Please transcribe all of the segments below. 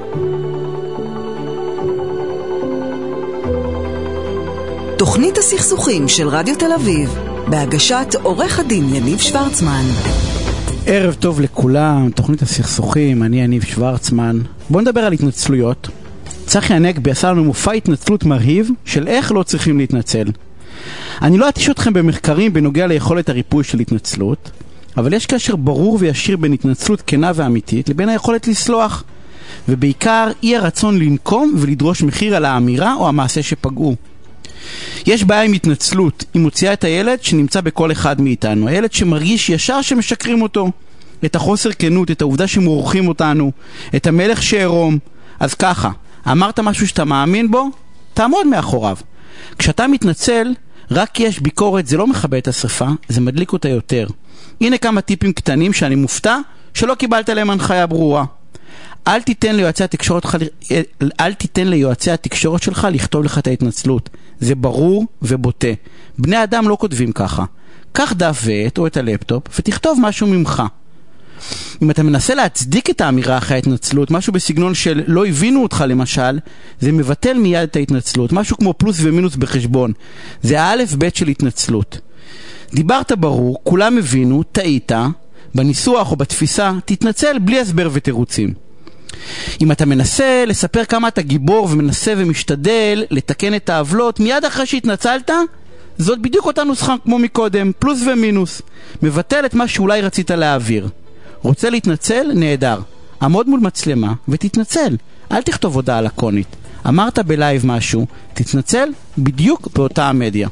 תוכנית הסכסוכים של רדיו תל אביב, בהגשת עורך הדין יניב שוורצמן. ערב טוב לכולם, תוכנית הסכסוכים, אני יניב שוורצמן. בואו נדבר על התנצלויות. צחי הנגבי עשה לנו מופע התנצלות מרהיב של איך לא צריכים להתנצל. אני לא אתיש אתכם במחקרים בנוגע ליכולת הריפוי של התנצלות, אבל יש קשר ברור וישיר בין התנצלות כנה ואמיתית לבין היכולת לסלוח, ובעיקר אי הרצון לנקום ולדרוש מחיר על האמירה או המעשה שפגעו. יש בעיה עם התנצלות, היא מוציאה את הילד שנמצא בכל אחד מאיתנו, הילד שמרגיש ישר שמשקרים אותו, את החוסר כנות, את העובדה שמורחים אותנו, את המלך שערום. אז ככה, אמרת משהו שאתה מאמין בו, תעמוד מאחוריו. כשאתה מתנצל, רק כי יש ביקורת, זה לא מכבה את השריפה, זה מדליק אותה יותר. הנה כמה טיפים קטנים שאני מופתע שלא קיבלת להם הנחיה ברורה. אל תיתן ליועצי התקשורת שלך לכתוב לך את ההתנצלות. זה ברור ובוטה. בני אדם לא כותבים ככה. קח דף ועט או את הלפטופ ותכתוב משהו ממך. אם אתה מנסה להצדיק את האמירה אחרי ההתנצלות, משהו בסגנון של לא הבינו אותך למשל, זה מבטל מיד את ההתנצלות. משהו כמו פלוס ומינוס בחשבון. זה האלף בית של התנצלות. דיברת ברור, כולם הבינו, טעית, בניסוח או בתפיסה, תתנצל בלי הסבר ותירוצים. אם אתה מנסה לספר כמה אתה גיבור ומנסה ומשתדל לתקן את העוולות, מיד אחרי שהתנצלת, זאת בדיוק אותה נוסחה כמו מקודם, פלוס ומינוס. מבטל את מה שאולי רצית להעביר. רוצה להתנצל? נהדר. עמוד מול מצלמה ותתנצל. אל תכתוב הודעה לקונית. אמרת בלייב משהו, תתנצל בדיוק באותה המדיה.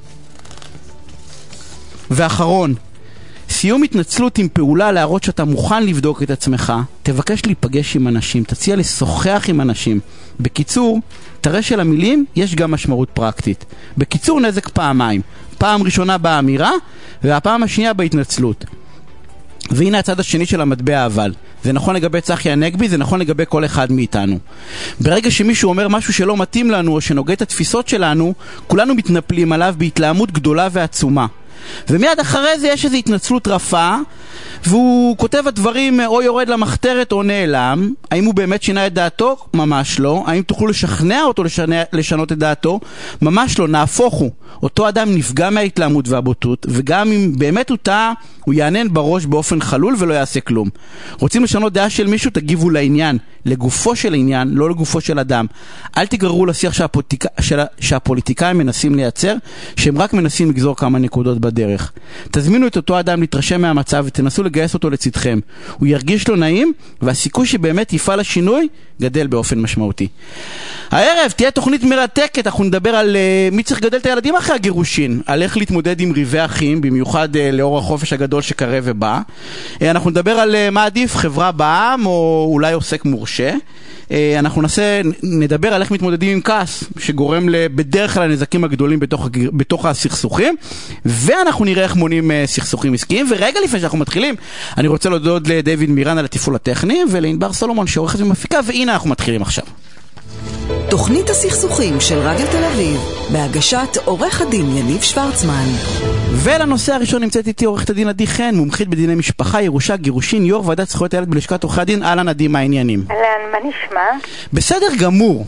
ואחרון, סיום התנצלות עם פעולה להראות שאתה מוכן לבדוק את עצמך, תבקש להיפגש עם אנשים, תציע לשוחח עם אנשים. בקיצור, תראה שלמילים יש גם משמעות פרקטית. בקיצור, נזק פעמיים. פעם ראשונה באמירה, והפעם השנייה בהתנצלות. והנה הצד השני של המטבע אבל. זה נכון לגבי צחי הנגבי, זה נכון לגבי כל אחד מאיתנו. ברגע שמישהו אומר משהו שלא מתאים לנו, או שנוגע את התפיסות שלנו, כולנו מתנפלים עליו בהתלהמות גדולה ועצומה. ומיד אחרי זה יש איזו התנצלות רפה, והוא כותב הדברים או יורד למחתרת או נעלם. האם הוא באמת שינה את דעתו? ממש לא. האם תוכלו לשכנע אותו לשנות את דעתו? ממש לא. נהפוך הוא. אותו אדם נפגע מההתלהמות והבוטות, וגם אם באמת הוא טעה, הוא יענן בראש באופן חלול ולא יעשה כלום. רוצים לשנות דעה של מישהו? תגיבו לעניין, לגופו של עניין, לא לגופו של אדם. אל תגררו לשיח שהפוליטיקאים מנסים לייצר, שהם רק מנסים לגזור כמה נקודות בדרך. תזמינו את אותו אדם להתרשם מהמצב ותנסו לגייס אותו לצדכם. הוא ירגיש לו נעים, והסיכוי שבאמת יפעל השינוי גדל באופן משמעותי. הערב תהיה תוכנית מרתקת. אנחנו נדבר על מי צריך לגדל את הילדים אחרי הגירושין, על איך להתמודד עם ריבי אחים, במיוחד לאור החופש הגדול שקרב ובא. אנחנו נדבר על מה עדיף, חברה בעם או אולי עוסק מורשה. אנחנו נדבר על איך מתמודדים עם כעס שגורם בדרך כלל הנזקים הגדולים בתוך הסכסוכים, ואנחנו נראה איך מונים סכסוכים עסקיים. ורגע לפני שאנחנו מתחילים, אני רוצה להודות לדיוויד מירן על התפעול הטכני, ולענבר סולומון שעורכת ומפיקה, והנה אנחנו מתחילים עכשיו. תוכנית הסכסוכים של רדיו תל אביב, בהגשת עורך הדין יניב שוורצמן. ולנושא הראשון נמצאת איתי עורכת הדין עדי חן, מומחית בדיני משפחה, ירושה, גירושין, יו"ר ועדת זכויות הילד בלשכת עורכי הדין. אהלן עדי, מה העניינים? אהלן, מה נשמע? בסדר גמור.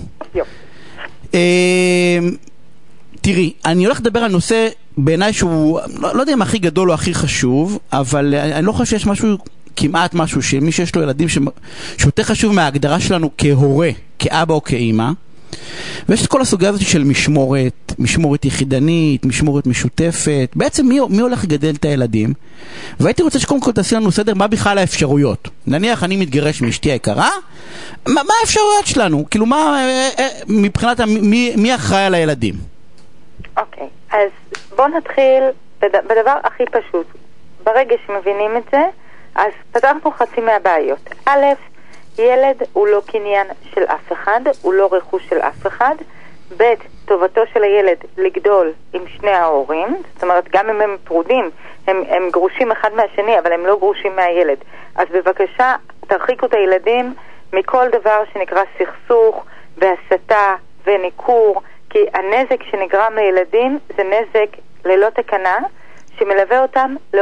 תראי, אני הולך לדבר על נושא בעיניי שהוא, לא יודע אם הכי גדול או הכי חשוב, אבל אני לא חושב שיש משהו, כמעט משהו שמי שיש לו ילדים שיותר חשוב מההגדרה שלנו כהורה, כאבא או כאמא. ויש את כל הסוגיה הזאת של משמורת יחידנית, משמורת משותפת. בעצם מי הולך לגדל את הילדים? והייתי רוצה שקודם כל תעשי לנו סדר מה בכלל האפשרויות. נניח אני מתגרש מאשתי היקרה, מה האפשרויות שלנו? כאילו מבחינת מי אחראי על הילדים? אוקיי, אז בוא נתחיל בדבר הכי פשוט. ברגע שמבינים את זה, אז פתחנו חצי מהבעיות. א', ילד הוא לא קניין של אף אחד, הוא לא רכוש של אף אחד. ב', טובתו של הילד לגדול עם שני ההורים, זאת אומרת גם אם הם פרודים, הם גרושים אחד מהשני, אבל הם לא גרושים מהילד. אז בבקשה תרחיקו את הילדים מכל דבר שנקרא סכסוך והסתה וניקור, כי הנזק שנגרם לילדים זה נזק ללא תקנה שמלווה אותם לאורך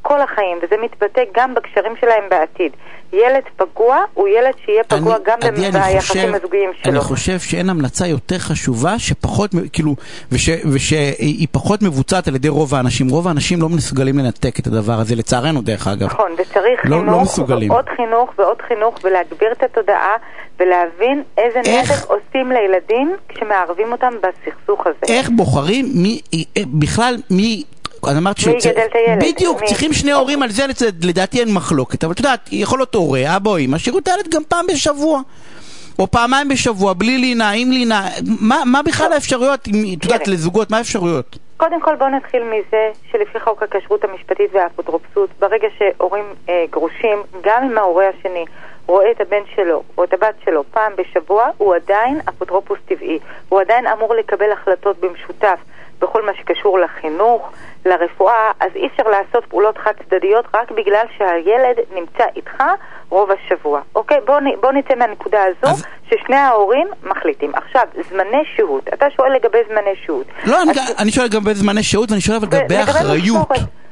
כל החיים, וזה מתבטא גם בקשרים שלהם בעתיד. ילד פגוע הוא ילד שיהיה פגוע גם ביחסים הזוגיים שלו. אני חושב שאין המלצה יותר חשובה שפחות, כאילו, ושהיא פחות מבוצעת על ידי רוב האנשים. רוב האנשים לא מסוגלים לנתק את הדבר הזה, לצערנו דרך אגב. נכון, וצריך חינוך, ועוד חינוך ועוד חינוך, ולהגביר את התודעה, ולהבין איזה נזק עושים לילדים כשמערבים אותם בסכסוך הזה. איך בוחרים בכלל מי... אז אמרת בדיוק, צריכים שני הורים על זה, לדעתי אין מחלוקת, אבל אתה יודעת, יכול להיות הורה, אבא או אמא, שיראו את הילד גם פעם בשבוע, או פעמיים בשבוע, בלי לינה, עם לינה, מה בכלל האפשרויות, אתה יודעת, לזוגות, מה האפשרויות? קודם כל בוא נתחיל מזה שלפי חוק הכשרות המשפטית והאפוטרופסות, ברגע שהורים גרושים, גם אם ההורה השני רואה את הבן שלו או את הבת שלו פעם בשבוע, הוא עדיין אפוטרופוס טבעי, הוא עדיין אמור לקבל החלטות במשותף בכל מה שקשור לחינוך, לרפואה, אז אי אפשר לעשות פעולות חד צדדיות רק בגלל שהילד נמצא איתך רוב השבוע. אוקיי? בוא נצא מהנקודה הזו ששני ההורים מחליטים. עכשיו, זמני שהות. אתה שואל לגבי זמני שהות. לא, אני שואל לגבי זמני שהות ואני שואל לגבי אחריות.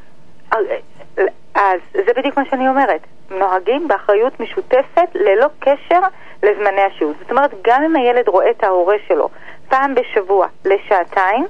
אז זה בדיוק מה שאני אומרת. נוהגים באחריות משותפת ללא קשר לזמני השהות. זאת אומרת, גם אם הילד רואה את ההורה שלו פעם בשבוע לשעתיים,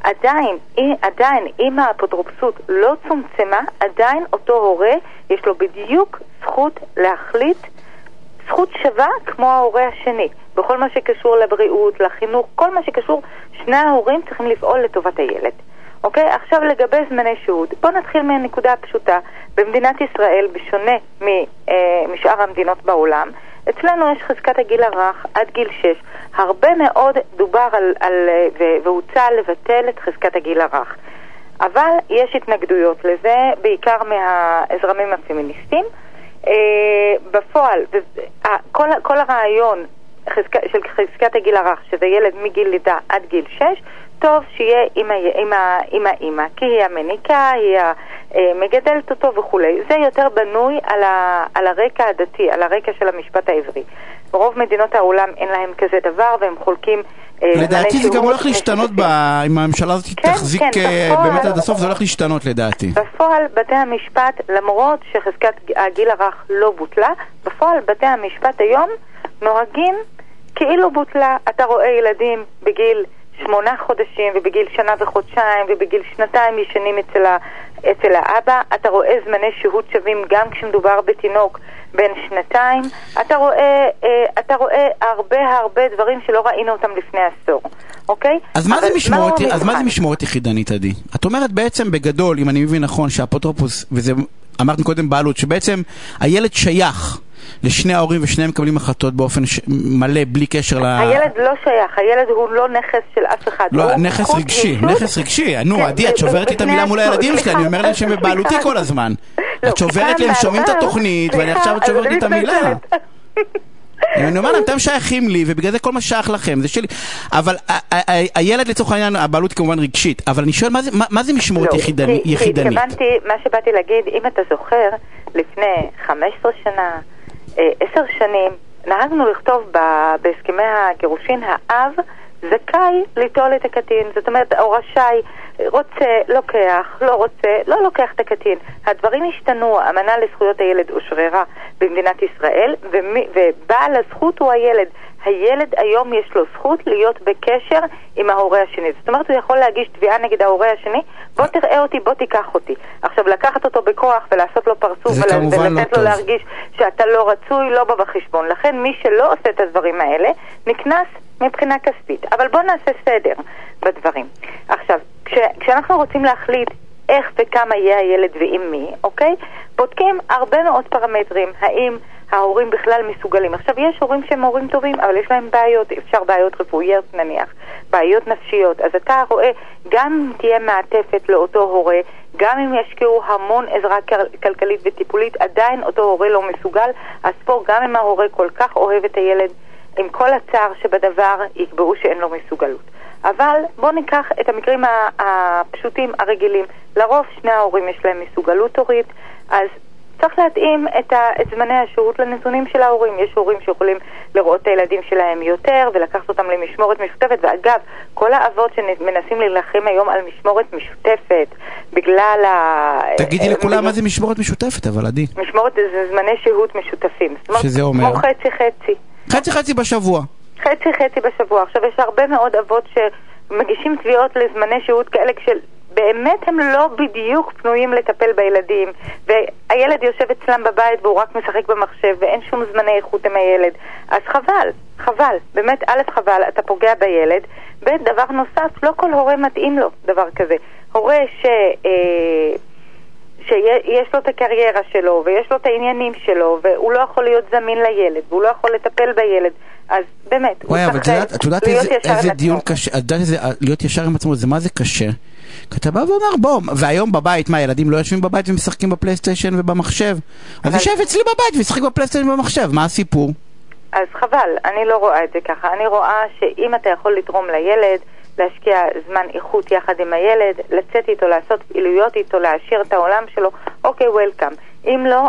עדיין, אם האפוטרופסות לא צומצמה, עדיין אותו הורה יש לו בדיוק זכות להחליט, זכות שווה כמו ההורה השני. בכל מה שקשור לבריאות, לחינוך, כל מה שקשור, שני ההורים צריכים לפעול לטובת הילד. אוקיי? עכשיו לגבי זמני שהות, בוא נתחיל מהנקודה הפשוטה. במדינת ישראל, בשונה משאר המדינות בעולם, אצלנו יש חזקת הגיל הרך עד גיל 6. הרבה מאוד דובר והוצע לבטל את חזקת הגיל הרך. אבל יש התנגדויות לזה, בעיקר מהזרמים הפמיניסטים. בפועל, כל הרעיון של חזקת הגיל הרך, שזה ילד מגיל לידה עד גיל 6, טוב שיהיה עם האמא, כי היא המניקה, היא מגדלת אותו וכו'. זה יותר בנוי על הרקע הדתי, על הרקע של המשפט העברי. ברוב מדינות העולם אין להם כזה דבר, והם חולקים... לדעתי זה גם הולך להשתנות, אם הממשלה הזאת תחזיק באמת עד הסוף, זה הולך להשתנות לדעתי. בפועל בתי המשפט, למרות שחזקת הגיל הרך לא בוטלה, בפועל בתי המשפט היום נוהגים כאילו בוטלה. אתה רואה ילדים בגיל 8 חודשים ובגיל שנה וחודשיים ובגיל 2 ישנים אצל האבא. אתה רואה זמני שהות שווים גם כשמדובר בתינוק בין 2. אתה רואה הרבה דברים שלא ראינו אותם לפני עשור. אוקיי? אז מה זה משמורת יחידנית, עדי? את אומרת בעצם בגדול, אם אני מבין נכון, שהאפוטרופוס, וזה אמרנו קודם בעלות, שבעצם הילד שייך לשני ההורים ושניהם מקבלים החלטות באופן מלא, בלי קשר הילד לא שייך, הילד הוא לא נכס של אף אחד. לא, נכס רגשי, נכס רגשי. נו, עדי, את שוברת לי את המילה מול הילדים שלי, אני אומר להם שהם בבעלותי כל הזמן. את שוברת לי, הם שומעים את התוכנית, ואני עכשיו את שוברת לי את המילה. אני אומר להם, אתם שייכים לי, ובגלל זה כל מה שייך לכם, זה שלי. אבל הילד לצורך העניין, הבעלות כמובן רגשית, אבל אני שואל, מה זה משמורת יחידנית? מה שבאתי להגיד, אם אתה זוכר, לפני 15 שנה, 10 שנים, נהגנו לכתוב בהסכמי הגירושין, האב זכאי ליטול את הקטין. זאת אומרת, או רשאי, רוצה, לוקח, לא רוצה, לא לוקח את הקטין. הדברים השתנו, האמנה לזכויות הילד אושררה במדינת ישראל, ובעל הזכות הוא הילד. הילד היום יש לו זכות להיות בקשר עם ההורה השני. זאת אומרת, הוא יכול להגיש תביעה נגד ההורה השני, בוא תראה אותי, בוא תיקח אותי. עכשיו, לקחת אותו בכוח ולעשות לו פרצוף ולתת לו להרגיש שאתה לא רצוי, לא בא בחשבון. לכן מי שלא עושה את הדברים האלה, נקנס מבחינה כספית. אבל בוא נעשה סדר בדברים. עכשיו, כשאנחנו רוצים להחליט איך וכמה יהיה הילד ועם מי, אוקיי? בודקים הרבה מאוד פרמטרים. האם ההורים בכלל מסוגלים. עכשיו, יש הורים שהם הורים טובים, אבל יש להם בעיות, אפשר בעיות רפואיות נניח, בעיות נפשיות. אז אתה רואה, גם אם תהיה מעטפת לאותו הורה, גם אם ישקיעו המון עזרה כלכלית וטיפולית, עדיין אותו הורה לא מסוגל. אז פה, גם אם ההורה כל כך אוהב את הילד, עם כל הצער שבדבר, יקבעו שאין לו מסוגלות. אבל בוא ניקח את המקרים הפשוטים, הרגילים. לרוב שני ההורים יש להם מסוגלות הורית, אז צריך להתאים את זמני השהות לנתונים של ההורים. יש הורים שיכולים לראות את הילדים שלהם יותר ולקחת אותם למשמורת משותפת. ואגב, כל האבות שמנסים להילחם היום על משמורת משותפת בגלל תגידי לכולם מה זה משמורת משותפת, אבל עדי. משמורת זה זמני שהות משותפים. שזה אומר? כמו חצי-חצי. חצי-חצי בשבוע. חצי-חצי בשבוע. עכשיו יש הרבה מאוד אבות שמגישים תביעות לזמני שהות כאלה באמת הם לא בדיוק פנויים לטפל בילדים, והילד יושב אצלם בבית והוא רק משחק במחשב ואין שום זמני איכות עם הילד. אז חבל, באמת א' חבל, אתה פוגע בילד. דבר נוסף, לא כל הורה מתאים לו דבר כזה. הורה שיש לו את הקריירה שלו ויש לו את העניינים שלו והוא לא יכול להיות זמין לילד והוא לא יכול לטפל בילד, אז באמת הוא צריך את יודעת איזה דיון קשה, להיות ישר עם עצמו, זה מה זה קשה? אתה בא ואומר בוא, והיום בבית, מה, ילדים לא יושבים בבית ומשחקים בפלייסטיישן ובמחשב? אז יושב אצלי בבית וישחק בפלייסטיישן ובמחשב, מה הסיפור? אז חבל, אני לא רואה את זה ככה. אני רואה שאם אתה יכול לתרום לילד, להשקיע זמן איכות יחד עם הילד, לצאת איתו, לעשות פעילויות איתו, להעשיר את העולם שלו, אוקיי, וולקאם. אם לא,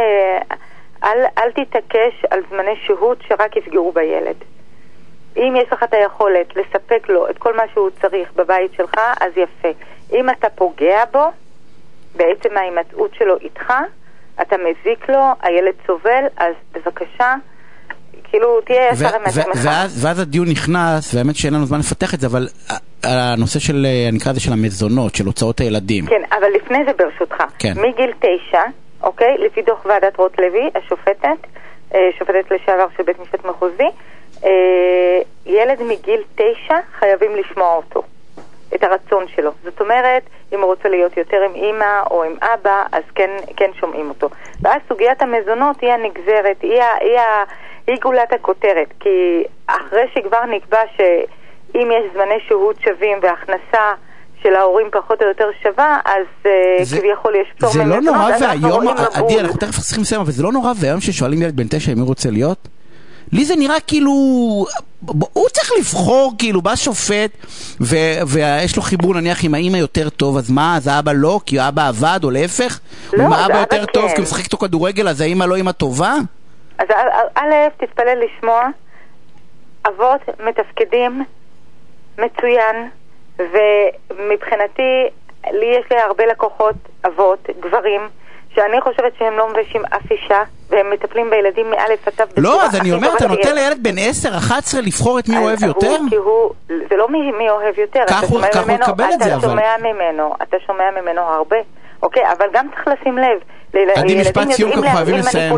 אל תתעקש על זמני שהות שרק יפגעו בילד. אם יש לך את היכולת לספק לו את כל מה שהוא צריך בבית שלך, אז יפה. אם אתה פוגע בו, בעצם ההימצאות שלו איתך, אתה מזיק לו, הילד סובל, אז בבקשה, כאילו תהיה ישר עם עצמך. ואז הדיון נכנס, והאמת שאין לנו זמן לפתח את זה, אבל הנושא של, נקרא זה של המזונות, של הוצאות הילדים. כן, אבל לפני זה ברשותך. כן. מגיל 9, אוקיי, לפי דוח ועדת רוטלוי, השופטת, שופטת לשעבר של בית משפט מחוזי, ילד מגיל 9 חייבים לשמוע אותו, את הרצון שלו. זאת אומרת, אם הוא רוצה להיות יותר עם אמא או עם אבא, אז כן שומעים אותו. ואז סוגיית המזונות היא הנגזרת, היא גולת הכותרת, כי אחרי שכבר נקבע שאם יש זמני שהות שווים והכנסה של ההורים פחות או יותר שווה, אז כביכול יש פטור ממזונות. זה לא נורא והיום, עדי, אנחנו תכף צריכים לסיים, אבל זה לא נורא והיום ששואלים ילד בן 9 אם הוא רוצה להיות? לי זה נראה כאילו, הוא צריך לבחור, כאילו, בא שופט, ויש לו חיבור נניח עם האמא יותר טוב, אז מה, אז האבא לא, כי האבא עבד, או להפך? לא, אם האבא יותר טוב, כי הוא משחק איתו כדורגל, אז האמא לא אמא טובה? אז א', תתפלל לשמוע, אבות מתפקדים מצוין, ומבחינתי, לי יש לי הרבה לקוחות, אבות, גברים, שאני חושבת שהם לא מבשים אף אישה, והם מטפלים בילדים מאלף עד תו. לא, אז אני אומר, אתה נותן לילד בן 10-11 לבחור את מי אוהב יותר? זה לא מי אוהב יותר. כך הוא יקבל את זה, אבל... אתה שומע ממנו הרבה. אוקיי, אבל גם צריך לשים לב. עדי, משפט סיום, אנחנו חייבים לסיים.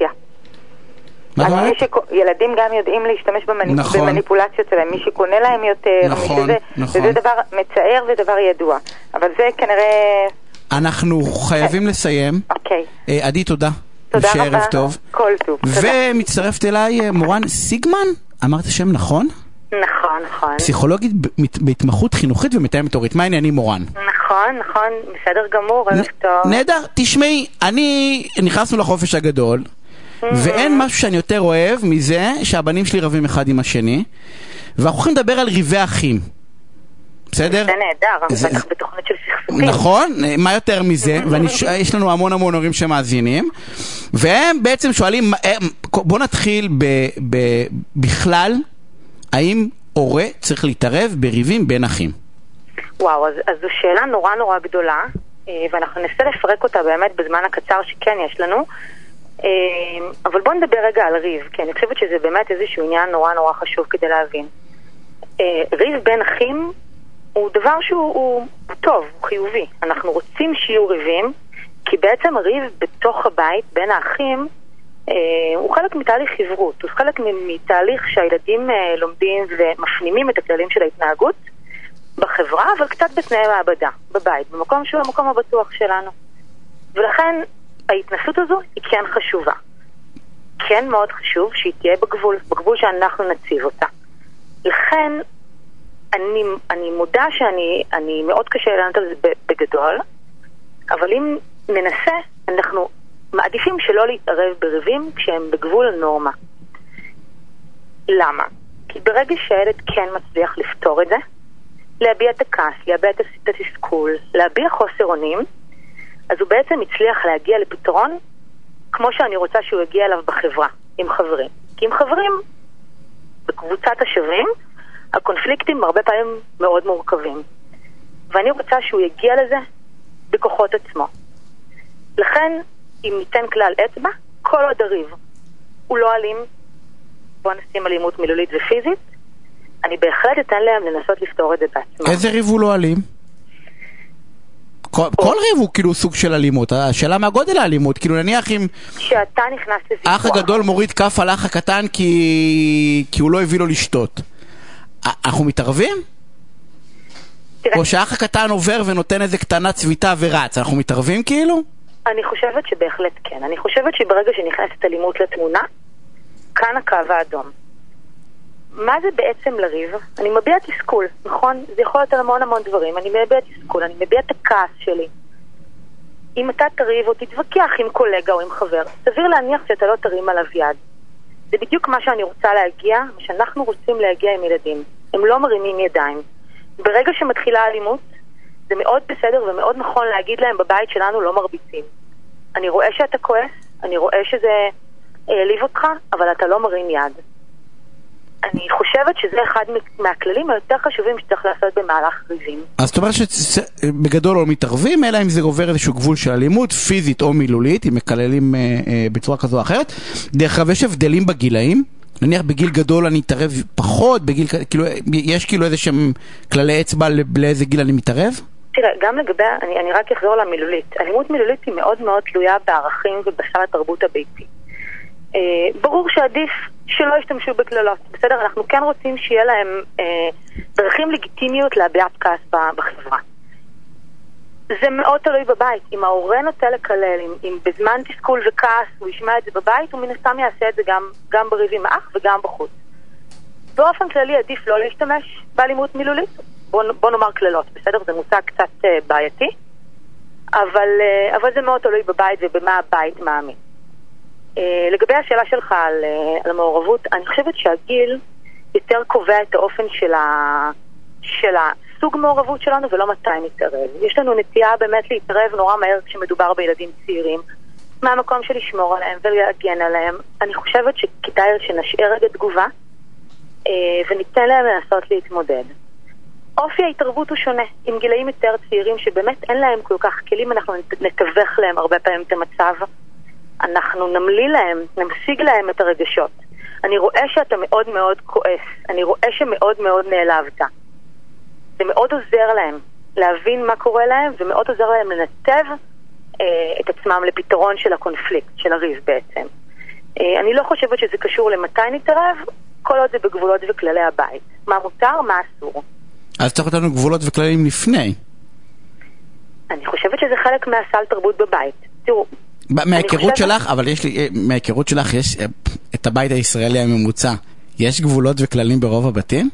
ילדים גם יודעים להשתמש במניפולציות שלהם. מי שקונה להם יותר, וזה דבר מצער ודבר ידוע. אבל זה כנראה... אנחנו חייבים לסיים. אוקיי. עדי, תודה. תודה רבה. שערב טוב. כל טוב. ומצטרפת אליי מורן סיגמן. אמרת שם נכון? נכון. פסיכולוגית בהתמחות חינוכית ומתאמת הורית. מה העניינים מורן? נכון. בסדר גמור, ערב טוב. נהדר. תשמעי, נכנסנו לחופש הגדול, ואין משהו שאני יותר אוהב מזה שהבנים שלי רבים אחד עם השני, ואנחנו יכולים לדבר על ריבי אחים. בסדר? זה נהדר, בטח בתוכנית של סכסוכים. נכון, מה יותר מזה, ויש לנו המון הורים שמאזינים, והם בעצם שואלים, בוא נתחיל בכלל, האם הורה צריך להתערב בריבים בין אחים? וואו, אז זו שאלה נורא גדולה, ואנחנו ננסה לפרק אותה באמת בזמן הקצר שכן יש לנו, אבל בוא נדבר רגע על ריב, כי אני חושבת שזה באמת איזשהו עניין נורא חשוב כדי להבין. ריב בין אחים הוא דבר שהוא טוב, הוא חיובי. אנחנו רוצים שיהיו ריבים, כי בעצם ריב בתוך הבית בין האחים הוא חלק מתהליך חברות, הוא חלק מתהליך שהילדים לומדים ומפנימים את הכללים של ההתנהגות בחברה, אבל קצת בתנאי מעבדה, בבית, במקום שהוא המקום הבטוח שלנו. ולכן ההתנסות הזו היא כן חשובה. כן מאוד חשוב שהיא תהיה בגבול שאנחנו נציב אותה. לכן אני מודה שאני מאוד קשה לענות על זה בגדול, אבל אם ננסה, אנחנו מעדיפים שלא להתערב בריבים כשהם בגבול הנורמה. למה? כי ברגע שהילד כן מצליח לפתור את זה, להביע את הכעס, להביע את התסכול, להביע חוסר אונים, אז הוא בעצם הצליח להגיע לפתרון כמו שאני רוצה שהוא יגיע אליו בחברה, עם חברים. כי עם חברים קבוצת השווים, הקונפליקטים הרבה פעמים מאוד מורכבים. ואני רוצה שהוא יגיע לזה בכוחות עצמו. לכן, אם ניתן כלל אצבע, כל עוד הריב הוא לא אלים, בוא נשים אלימות מילולית ופיזית, אני בהחלט אתן להם לנסות לפתור את זה בעצמם. איזה ריב הוא לא אלים? כל ריב הוא כאילו סוג של אלימות. השאלה מה גודל האלימות? כאילו נניח אם שאתה נכנס לוויכוח, האח הגדול מוריד כף על האח הקטן כי הוא לא הביא לו לשתות. אנחנו מתערבים? או שהאח הקטן עובר ונותן איזה קטנה צביטה ורץ, אנחנו מתערבים כאילו? אני חושבת שבהחלט כן. אני חושבת שברגע שנכנסת אלימות לתמונה, כאן הקו האדום. מה זה בעצם לריב? אני מביע תסכול, נכון? זה יכול להיות על המון דברים. אני מביע תסכול, אני מביע את הכעס שלי. אם אתה תריב או תתווכח עם קולגה או עם חבר, סביר להניח שאתה לא תרים עליו יד. זה בדיוק מה שאני רוצה להגיע, מה שאנחנו רוצים להגיע עם ילדים. הם לא מרימים ידיים. ברגע שמתחילה אלימות, זה מאוד בסדר ומאוד נכון להגיד להם בבית שלנו לא מרביצים. אני רואה שאתה כועס, אני רואה שזה העליב אותך, אבל אתה לא מרים יד. אני חושבת שזה אחד מהכללים היותר חשובים שצריך לעשות במהלך ריבים. אז זאת אומרת שבגדול לא מתערבים, אלא אם זה עובר איזשהו גבול של אלימות, פיזית או מילולית, אם מקללים בצורה כזו או אחרת. דרך אגב, יש הבדלים בגילאים. נניח בגיל גדול אני מתערב פחות, בגיל, כאילו, יש כאילו איזה שהם כללי אצבע לאיזה גיל אני מתערב? תראה, גם לגבי, אני רק אחזור למילולית. אלימות מילולית היא מאוד מאוד תלויה בערכים ובסל התרבות הביתי. ברור שעדיף שלא ישתמשו בכללות, בסדר? אנחנו כן רוצים שיהיה להם דרכים לגיטימיות להביעת כעס בחברה. זה מאוד תלוי בבית. אם ההורה נוטה לקלל, אם בזמן תסכול וכעס הוא ישמע את זה בבית, הוא מן הסתם יעשה את זה גם בריב עם האח וגם בחוץ. באופן כללי עדיף לא להשתמש באלימות מילולית. בוא נאמר כללות, בסדר? זה מושג קצת בעייתי, אבל זה מאוד תלוי בבית ובמה הבית מאמין. לגבי השאלה שלך על המעורבות, אני חושבת שהגיל יותר קובע את האופן של הסוג מעורבות שלנו ולא מתי נתערב. יש לנו נטייה באמת להתערב נורא מהר כשמדובר בילדים צעירים, מהמקום של לשמור עליהם ולהגן עליהם. אני חושבת שכדאי שנשאר רגע תגובה וניתן להם לנסות להתמודד. אופי ההתערבות הוא שונה. עם גילאים יותר צעירים שבאמת אין להם כל כך כלים, אנחנו נתווך להם הרבה פעמים את המצב, אנחנו נמליל להם, נמשיג להם את הרגשות. אני רואה שאתה מאוד מאוד כועס, אני רואה שמאוד מאוד נעלבת. זה מאוד עוזר להם להבין מה קורה להם, ומאוד עוזר להם לנתב את עצמם לפתרון של הקונפליקט, של הריב בעצם. אני לא חושבת שזה קשור למתי נתערב, כל עוד זה בגבולות וכללי הבית. מה מותר, מה אסור. אז צריך אותנו גבולות וכללים לפני. אני חושבת שזה חלק מהסל תרבות בבית. תראו, מההיכרות שלך, אבל יש לי, מההיכרות שלך יש את הבית הישראלי הממוצע. יש גבולות וכללים ברוב הבתים?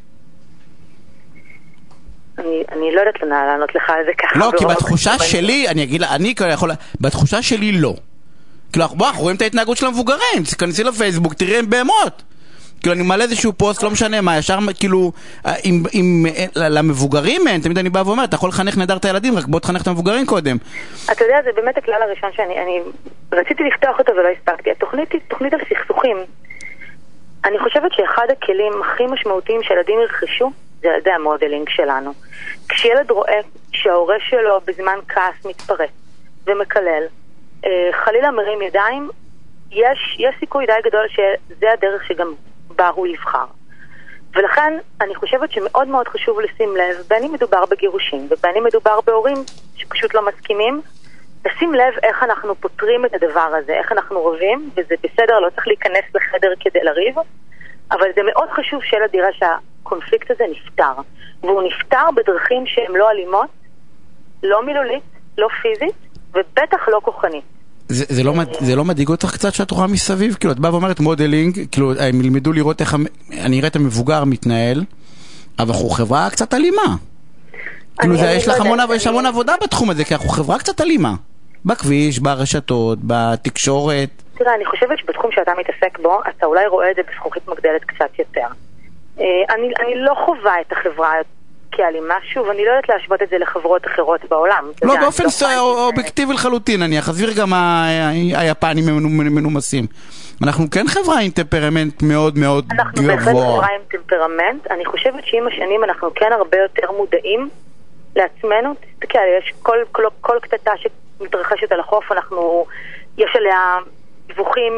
אני לא יודעת לענות לך על זה ככה. לא, כי בתחושה שלי, אני אגיד לה, אני יכול, בתחושה שלי לא. כאילו, אנחנו רואים את ההתנהגות של המבוגרים, תכנסי לפייסבוק, תראי הם בהמות. כאילו, אני מעלה איזשהו פוסט, לא משנה מה, ישר, כאילו, למבוגרים, תמיד אני בא ואומר, אתה יכול לחנך נהדר את הילדים, רק בוא תחנך את המבוגרים קודם. אתה יודע, זה באמת הכלל הראשון שאני רציתי לפתוח אותו ולא הספקתי. התוכנית היא תוכנית על סכסוכים. אני חושבת שאחד הכלים הכי משמעותיים שילדים ירכשו, זה על ידי המודלינג שלנו. כשילד רואה שההורה שלו בזמן כעס מתפרץ ומקלל, חלילה מרים ידיים, יש סיכוי די גדול שזה הדרך שגם בה הוא יבחר. ולכן אני חושבת שמאוד מאוד חשוב לשים לב, בין אם מדובר בגירושים ובין אם מדובר בהורים שפשוט לא מסכימים, לשים לב איך אנחנו פותרים את הדבר הזה, איך אנחנו רבים, וזה בסדר, לא צריך להיכנס לחדר כדי לריב, אבל זה מאוד חשוב שילד יראה שהקונפליקט הזה נפתר, והוא נפתר בדרכים שהן לא אלימות, לא מילולית, לא פיזית, ובטח לא כוחנית. זה לא מדאיג אותך קצת שאת רואה מסביב? כאילו, את באה ואומרת מודלינג, כאילו, הם ילמדו לראות איך אני אראה את המבוגר מתנהל, אבל אנחנו חברה קצת אלימה. כאילו, יש לך המון עבודה בתחום הזה, כי אנחנו חברה קצת אלימה. בכביש, ברשתות, בתקשורת. תראה, אני חושבת שבתחום שאתה מתעסק בו, אתה אולי רואה את זה בזכוכית מגדלת קצת יותר. אני לא חווה את החברה כאלימה, שוב, אני לא יודעת להשוות את זה לחברות אחרות בעולם. לא, באופן אובייקטיבי לחלוטין, אני אחזיר גם היפנים מנומסים. אנחנו כן חברה עם טמפרמנט מאוד מאוד גבוה. אנחנו בהחלט חברה עם טמפרמנט. אני חושבת שעם השנים אנחנו כן הרבה יותר מודעים לעצמנו. תסתכל, יש כל קטטה שמתרחשת על החוף, יש עליה דיווחים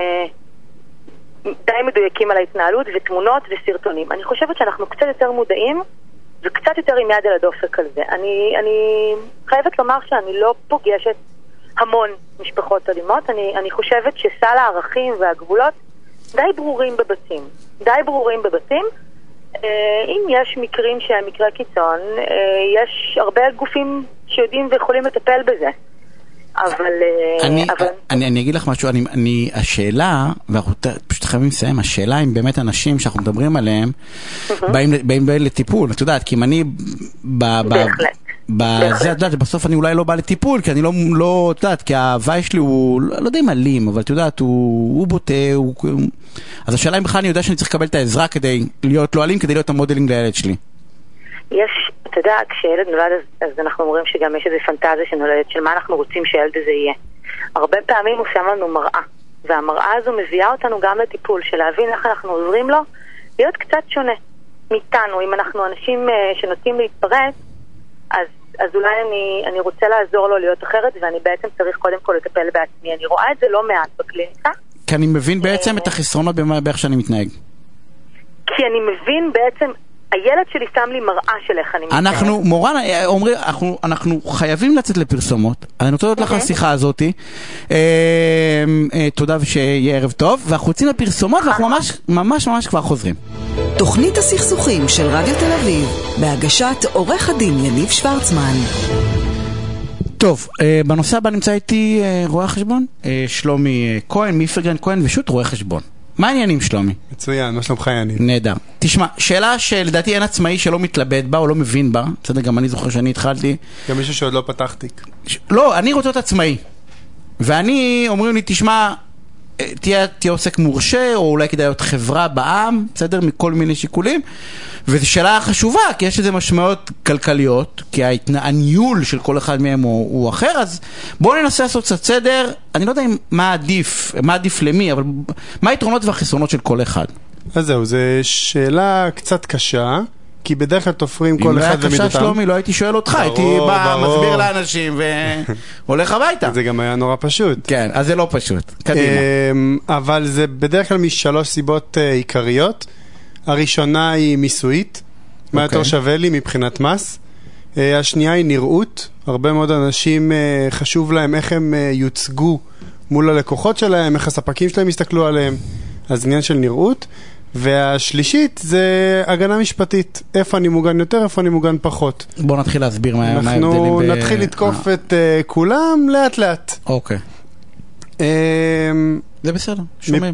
די מדויקים על ההתנהלות ותמונות וסרטונים. אני חושבת שאנחנו קצת יותר מודעים וקצת יותר עם יד על הדופק על זה. אני חייבת לומר שאני לא פוגשת המון משפחות אלימות. אני חושבת שסל הערכים והגבולות די ברורים בבתים. אם יש מקרים שהם מקרי קיצון, יש הרבה גופים שיודעים ויכולים לטפל בזה. אני אגיד לך משהו, השאלה, ואנחנו פשוט חייבים לסיים, השאלה אם באמת אנשים שאנחנו מדברים עליהם באים לטיפול, את יודעת, כי אם אני בסוף אני אולי לא בא לטיפול, כי אני לא יודעת, כי ההוואי שלי הוא לא יודע אם אלים, אבל את יודעת, הוא בוטה, אז השאלה אם בכלל אני יודע שאני צריך לקבל את העזרה כדי להיות לא אלים, כדי להיות המודלינג לילד שלי. יש, אתה יודע, כשילד נולד, אז אנחנו אומרים שגם יש איזו פנטזיה שנולדת של מה אנחנו רוצים שהילד הזה יהיה. הרבה פעמים הוא שם לנו מראה, והמראה הזו מביאה אותנו גם לטיפול, של להבין איך אנחנו עוזרים לו להיות קצת שונה מאיתנו. אם אנחנו אנשים שנוטים להתפרץ, אז אולי אני רוצה לעזור לו להיות אחרת, ואני בעצם צריך קודם כל לטפל בעצמי. אני רואה את זה לא מעט בקליניקה. כי אני מבין בעצם את החסרונות באיך שאני מתנהג. כי אני מבין בעצם... הילד שלי שם לי מראה של איך אני מתנהג. מורן, אנחנו חייבים לצאת לפרסומות. אני רוצה לדעת לך השיחה הזאת. תודה ושיהיה ערב טוב. ואנחנו יוצאים לפרסומות ואנחנו ממש כבר חוזרים. תוכנית הסכסוכים של רדיו תל אביב, בהגשת עורך הדין יניב שוורצמן. טוב, בנושא הבא נמצא איתי רואה חשבון, שלומי כהן, מיפרגן כהן ושות רואה חשבון. מה העניינים, שלומי? מצוין, מה שלומך יניב? נהדר. תשמע, שאלה שלדעתי אין עצמאי שלא מתלבט בה או לא מבין בה, בסדר, גם אני זוכר שאני התחלתי. גם מישהו שעוד לא פתח תיק. לא, אני רוצה להיות עצמאי. ואני, אומרים לי, תשמע, תהיה עוסק מורשה, או אולי כדאי להיות חברה בעם, בסדר, מכל מיני שיקולים. וזו שאלה חשובה, כי יש איזה משמעויות כלכליות, כי הניהול של כל אחד מהם הוא אחר, אז בואו ננסה לעשות קצת סדר. אני לא יודע מה עדיף למי, אבל מה היתרונות והחסרונות של כל אחד? אז זהו, זו שאלה קצת קשה, כי בדרך כלל תופרים כל אחד ומידותם. אם לא היה קשה, שלומי, לא הייתי שואל אותך, הייתי בא, מסביר לאנשים והולך הביתה. זה גם היה נורא פשוט. כן, אז זה לא פשוט. קדימה. אבל זה בדרך כלל משלוש סיבות עיקריות. הראשונה היא מיסויית, מה יותר שווה לי מבחינת מס. השנייה היא נראות. הרבה מאוד אנשים חשוב להם איך הם יוצגו מול הלקוחות שלהם, איך הספקים שלהם יסתכלו עליהם. אז עניין של נראות. והשלישית זה הגנה משפטית. איפה אני מוגן יותר, איפה אני מוגן פחות. בוא נתחיל להסביר מה ההבדלים. אנחנו נתחיל לתקוף את כולם לאט לאט. אוקיי. זה בסדר, שומעים.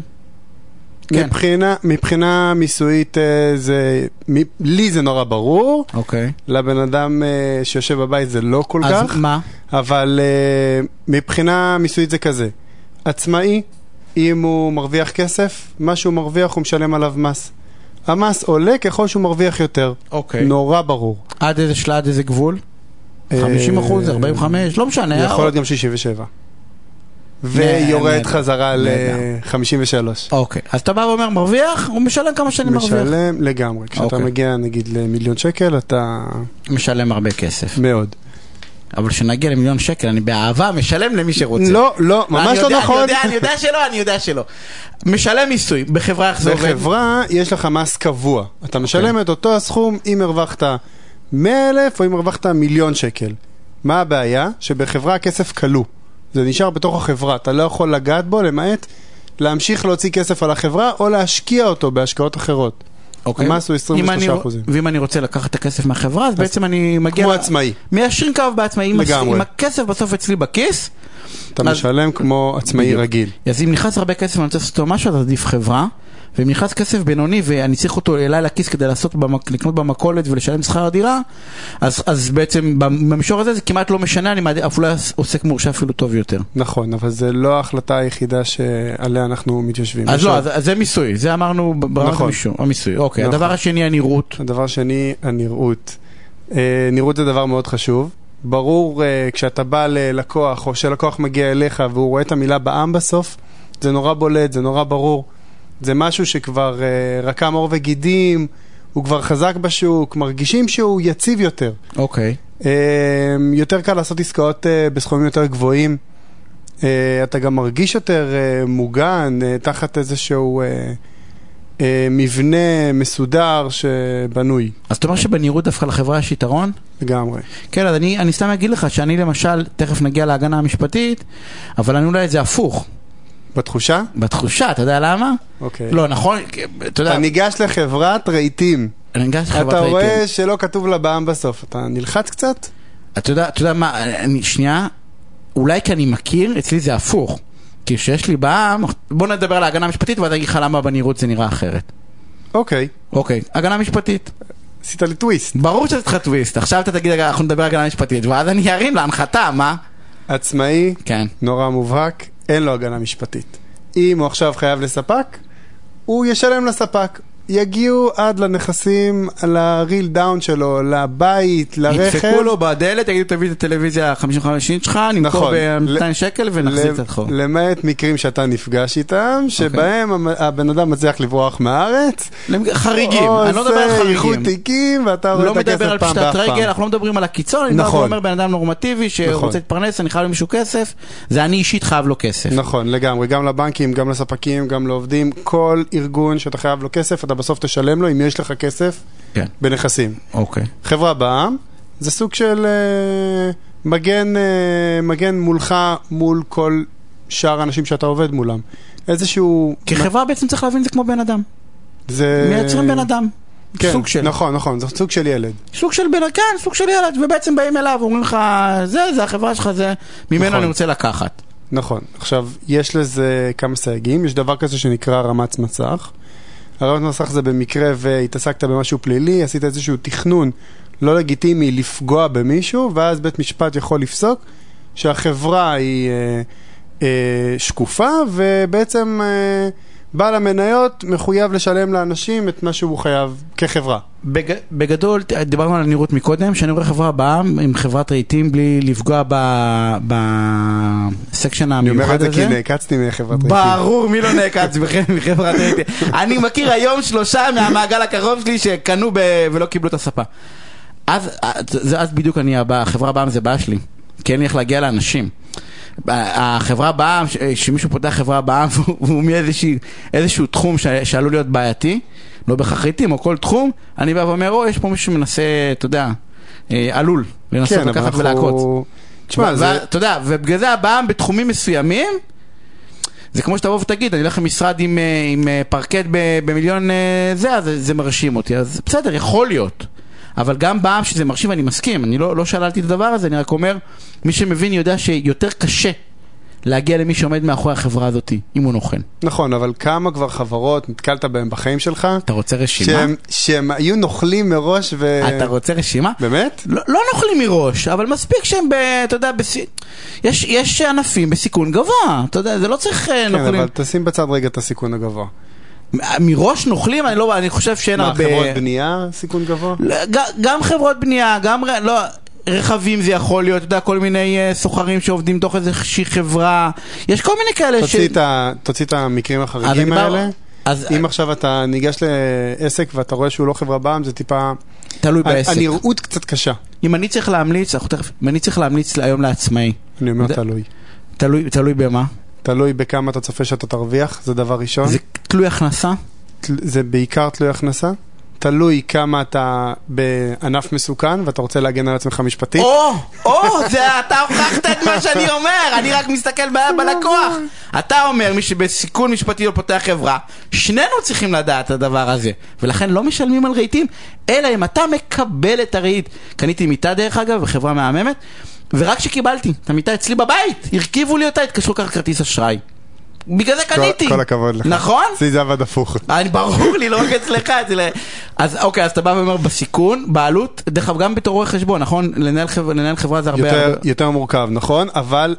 מבחינה מיסויית לי זה נורא ברור. אוקיי. לבן אדם שיושב בבית זה לא כל כך. אז מה? אבל מבחינה מיסויית זה כזה. עצמאי, אם הוא מרוויח כסף, מה שהוא מרוויח הוא משלם עליו מס. המס עולה ככל שהוא מרוויח יותר. אוקיי. נורא ברור. עד איזה שלד, איזה גבול? 50%, 45%, לא משנה. יכול להיות גם 67. ויורד חזרה ל-53. אוקיי. אז אתה בא ואומר, מרוויח, הוא משלם כמה שאני מרוויח. משלם לגמרי. כשאתה מגיע נגיד ל1,000,000 שקל, אתה... משלם הרבה כסף. מאוד. אבל כשנגיע ל1,000,000 שקל, אני באהבה משלם למי שרוצה. לא, ממש לא נכון. אני יודע שלא. משלם מיסוי. בחברה איך זה עובד? בחברה יש לך מס קבוע. אתה משלם את אותו הסכום אם הרווחת 100,000 או אם הרווחת 1,000,000 שקל. מה הבעיה? שבחברה הכסף קלו. זה נשאר בתוך החברה. אתה לא יכול לגעת בו, למעט להמשיך להוציא כסף על החברה או להשקיע אותו בהשקעות אחרות. המס הוא 23%. ואם אני רוצה לקחת את הכסף מהחברה, אז בעצם אני מגיע... כמו עצמאי. מיישרים קו בעצמאי. אם הכסף בסוף אצלי בכיס... אתה משלם כמו עצמאי רגיל. אז אם נכנס הרבה כסף ואני רוצה לעשות משהו, אז עדיף חברה. ואם נכנס כסף בינוני ואני צריך אותו אליי לכיס כדי לקנות במכולת ולשלם שכר הדירה, אז בעצם במישור הזה זה כמעט לא משנה, אני אפילו עוסק מורשה אפילו טוב יותר. נכון, אבל זה לא ההחלטה היחידה שעליה אנחנו מתיישבים. אז לא, אז זה מיסוי, זה אמרנו ברמת המיסוי. אוקיי, הדבר השני הנראות. הדבר השני הנראות. נראות זה דבר מאוד חשוב. ברור, כשאתה בא ללקוח או שלקוח מגיע אליך והוא רואה את המילה בעם בסוף, זה נורא בולט, זה נורא ברור. זה משהו שכבר רקם עור וגידים, הוא כבר חזק בשוק, מרגישים שהוא יציב יותר. אוקיי. יותר קל לעשות עסקאות בסכומים יותר גבוהים. אתה גם מרגיש יותר מוגן, תחת איזשהו מבנה מסודר שבנוי. אז אתה אומר שבנראות דווקא לחברה יש יתרון? לגמרי. כן, אז אני סתם אגיד לך שאני למשל, תכף נגיע להגנה המשפטית, אבל אני אולי זה הפוך. בתחושה? בתחושה, אתה יודע למה? אוקיי. לא, נכון, אתה יודע... אתה ניגש לחברת רהיטים. אני ניגש לחברת אתה רהיטים. רואה שלא כתוב לה בעם בסוף. אתה נלחץ קצת? אתה יודע מה, שנייה, אולי כי אני מכיר, אצלי זה הפוך. כי שיש לי בעם, בוא נדבר על ההגנה המשפטית, ואתה אגיד לך למה בנראות זה נראה אחרת. אוקיי. אוקיי, הגנה משפטית. עשית לי טוויסט. ברור שזה לך טוויסט. עכשיו אתה תגיד, אנחנו נדבר על הגנה משפטית, ואז אני ארים להנחתה, מה? עצמאי, כן. נורא מובהק, אין לו הגנה משפטית. אם הוא עכשיו חייב לספק, הוא ישלם לספק. יגיעו עד לנכסים, לריל דאון שלו, לבית, לרכב. ידפקו לו בדלת, יגידו תביא את הטלוויזיה 55 אינץ' שלך, נמכור ב-200 שקל ונחזיר את החור. למעט מקרים שאתה נפגש איתם, שבהם הבן אדם מצליח לברוח מהארץ. חריגים, אני לא מדבר על חריגים. איחוד תיקים, ואתה רואה את הכסף פעם באף פעם. לא מדבר על פשטת רגל, אנחנו לא מדברים על הקיצון, אני אומר בן אדם נורמטיבי שרוצה להתפרנס, אני חייב למישהו כסף, זה אני אישית חייב לו כסף. נכון, לגמרי, גם לבנקים, גם לספקים, גם לעובדים, כל ארגון שאתה חייב לו כסף, אתה בסוף תשלם לו אם יש לך כסף בנכסים. אוקיי. חברה בעם, זה סוג של מגן מולך, מול כל שאר האנשים שאתה עובד מולם. איזשהו... כי חברה בעצם צריך להבין זה כמו בן אדם. זה... מייצרים בן אדם. כן, סוג של... נכון, זה סוג של ילד. סוג של בן... כן, סוג של ילד, ובעצם באים אליו, אומרים לך, זה החברה שלך, זה ממנו אני רוצה לקחת. נכון. עכשיו, יש לזה כמה סייגים. יש דבר כזה שנקרא רמץ מצח. הרמת מסך זה במקרה והתעסקת במשהו פלילי, עשית איזשהו תכנון לא לגיטימי לפגוע במישהו, ואז בית משפט יכול לפסוק שהחברה היא שקופה, ובעצם בעל המניות מחויב לשלם לאנשים את מה שהוא חייב כחברה. בגדול, דיברנו על הנראות מקודם, שאני רואה חברה בעם עם חברת רהיטים בלי לפגוע בסקשן המיוחד הזה. אני אומר את זה כי נעקצתי מחברת רהיטים. ברור, מי לא נעקץ מחברת רהיטים. אני מכיר היום 3 מהמעגל הקרוב שלי שקנו ולא קיבלו את הספה. אז בדיוק החברה בעם זה בעיה שלי, כי אין לי איך להגיע לאנשים. החברה בעם, שמישהו פותח חברה בעם והוא מאיזשהו תחום שעלול להיות בעייתי, לא בכך רהיטים או כל תחום, אני בא ואומר, יש פה מישהו שמנסה, אתה יודע, עלול לנסות לקחת ולעקוץ. אתה יודע, ובגלל זה הבעם בתחומים מסוימים, זה כמו שתבוא ותגיד, אני הולך למשרד עם פרקט במיליון זה מרשים אותי, אז בסדר, יכול להיות. אבל גם בעם שזה מרשים ואני מסכים, אני לא שאלתי את הדבר הזה, אני רק אומר, מי שמבין יודע שיותר קשה להגיע למי שעומד מאחורי החברה הזאת, אם הוא נוכל. נכון, אבל כמה כבר חברות נתקלת בהם בחיים שלך? אתה רוצה רשימה? שהם היו נוכלים מראש אתה רוצה רשימה? באמת? לא נוכלים מראש, אבל מספיק שהם, אתה יודע, יש ענפים בסיכון גבוה, אתה יודע, זה לא צריך נוכלים. כן, אבל תשים בצד רגע את הסיכון הגבוה. מראש נוכלים, אני חושב שאין הרבה... מה, חברות בנייה, סיכון גבוה? גם חברות בנייה, גם רכבים זה יכול להיות, אתה יודע, כל מיני סוחרים שעובדים תוך איזושהי חברה, יש כל מיני כאלה תוציא את המקרים החריגים האלה. אם עכשיו אתה ניגש לעסק ואתה רואה שהוא לא חברה בעם, זה טיפה... תלוי בעסק. הנראות קצת קשה. אם אני צריך להמליץ היום לעצמאי. אני אומר תלוי. תלוי במה? תלוי בכמה אתה צופה שאתה תרוויח, זה דבר ראשון. זה תלוי הכנסה? זה בעיקר תלוי הכנסה. תלוי כמה אתה בענף מסוכן, ואתה רוצה להגן על עצמך משפטית. אתה הוכחת את מה שאני אומר, אני רק מסתכל בלקוח. אתה אומר, מי שבסיכון משפטי לא פותח חברה, שנינו צריכים לדעת את הדבר הזה, ולכן לא משלמים על רהיטים, אלא אם אתה מקבל את הרהיט. קניתי מיטה דרך אגב, בחברה מהממת, ורק שקיבלתי את המיטה אצלי בבית, הרכיבו לי אותה, התקשרו כך כרטיס אשרה. בגלל זה קניתי. כל הכבוד לך. נכון? זה עבד הפוך. ברור לי, לא רק אצלך. אז אוקיי, אז אתה בא ואומר בסיכון, בעלות, דרך אגב גם בתור רואה חשבון, נכון? לנהל חברה זה הרבה... יותר מורכב, נכון? אבל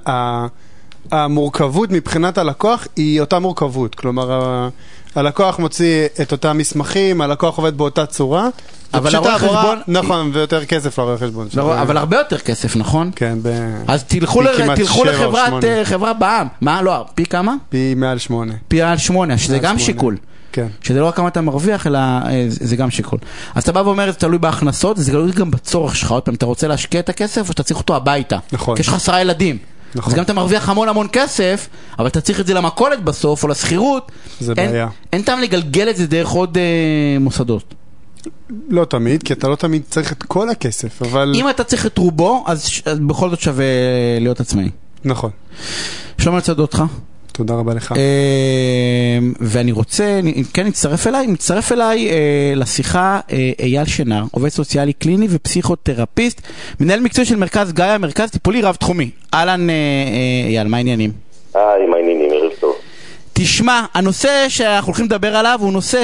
המורכבות מבחינת הלקוח היא אותה מורכבות. כלומר, הלקוח מוציא את אותם מסמכים, הלקוח עובד באותה צורה, אבל הרואה חשבון... נכון, ויותר כסף לרואה חשבון. אבל הרבה יותר כסף, נכון? כן, אז תלכו לחברה בעם. מה? לא, פי כמה? פי מעל 8. פי מעל 8, שזה גם שיקול. כן. שזה לא רק כמה אתה מרוויח, אלא זה גם שיקול. אז אתה בא ואומר, זה תלוי בהכנסות, זה תלוי גם בצורך שלך. עוד פעם, אתה רוצה להשקיע את הכסף, או שאתה צריך אותו הביתה. נכון. כי יש לך 10 ילדים. נכון. אז גם אתה מרוויח המון כסף, אבל אתה צריך את זה למכולת בסוף, או לשכירות. זה בעיה. אין טעם לגלגל את זה דרך עוד מוסדות. לא תמיד, כי אתה לא תמיד צריך את כל הכסף, אבל... אם אתה צריך את רובו, אז בכל זאת שווה להיות עצמאי. נכון. שלום על צדותך. תודה רבה לך. ואני רוצה, כן, נצטרף אליי לשיחה אייל שנר, עובד סוציאלי קליני ופסיכותרפיסט, מנהל מקצועי של מרכז גאיה, מרכז טיפולי רב תחומי. אהלן אייל, מה העניינים? מה העניינים, ערב טוב. תשמע, הנושא שאנחנו הולכים לדבר עליו הוא נושא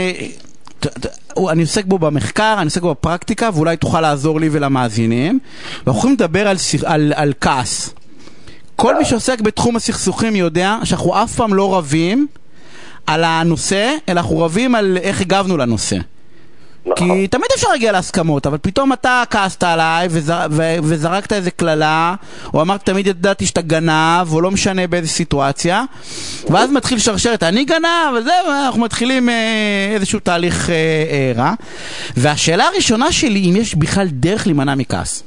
אני עוסק בו במחקר, אני עוסק בו בפרקטיקה, ואולי תוכל לעזור לי ולמאזינים. ואנחנו יכולים לדבר על כעס. כל מי שעוסק בתחום הסכסוכים יודע שאנחנו אף פעם לא רבים על הנושא, אלא אנחנו רבים על איך הגבנו לנושא. כי תמיד אפשר להגיע להסכמות, אבל פתאום אתה כעסת עליי וזרקת איזה כללה, או אמרת תמיד ידעתי שאתה גנב, או לא משנה באיזה סיטואציה, ואז מתחיל שרשרת, אני גנב, וזהו, אנחנו מתחילים איזשהו תהליך רע. והשאלה הראשונה שלי, אם יש בכלל דרך להימנע מכעס.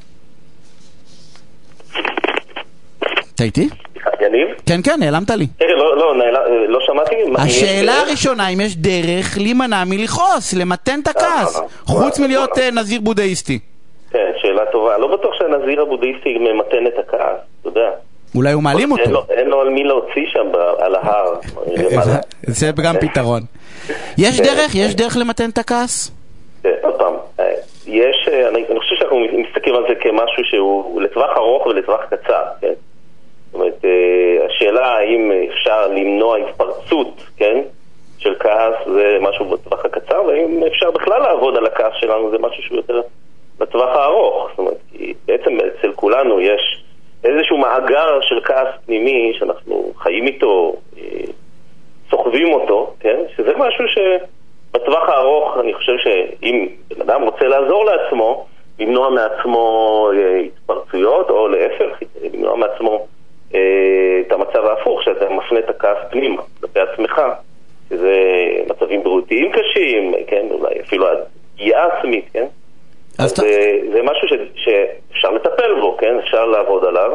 אתה איתי? יניב? כן, נעלמת לי. לא שמעתי. השאלה הראשונה, אם יש דרך להימנע מלכעוס, למתן את הכעס, חוץ מלהיות נזיר בודהיסטי. כן, שאלה טובה. לא בטוח שהנזיר הבודהיסטי ממתן את הכעס, אתה יודע. אולי הוא מעלים אותו. אין לו על מי להוציא שם על ההר. זה גם פתרון. יש דרך למתן את הכעס? עוד פעם, אני חושב שאנחנו מסתכלים על זה כמשהו שהוא לטווח ארוך ולטווח קצר, כן? זאת אומרת, השאלה האם אפשר למנוע התפרצות, כן, של כעס, זה משהו בטווח הקצר, והאם אפשר בכלל לעבוד על הכעס שלנו, זה משהו שהוא יותר בטווח הארוך. זאת אומרת, כי בעצם אצל כולנו יש איזשהו מאגר של כעס פנימי שאנחנו חיים איתו, סוחבים אותו, כן, שזה משהו שבטווח הארוך אני חושב שאם בן אדם רוצה לעזור לעצמו, למנוע מעצמו התפרצויות, או להפך, למנוע מעצמו את המצב ההפוך, שאתה מפנה את הכעס פנימה, כלפי עצמך, שזה מצבים בריאותיים קשים, כן, אולי אפילו פגיעה עצמית, כן? אז זה משהו שאפשר לטפל בו, כן? אפשר לעבוד עליו.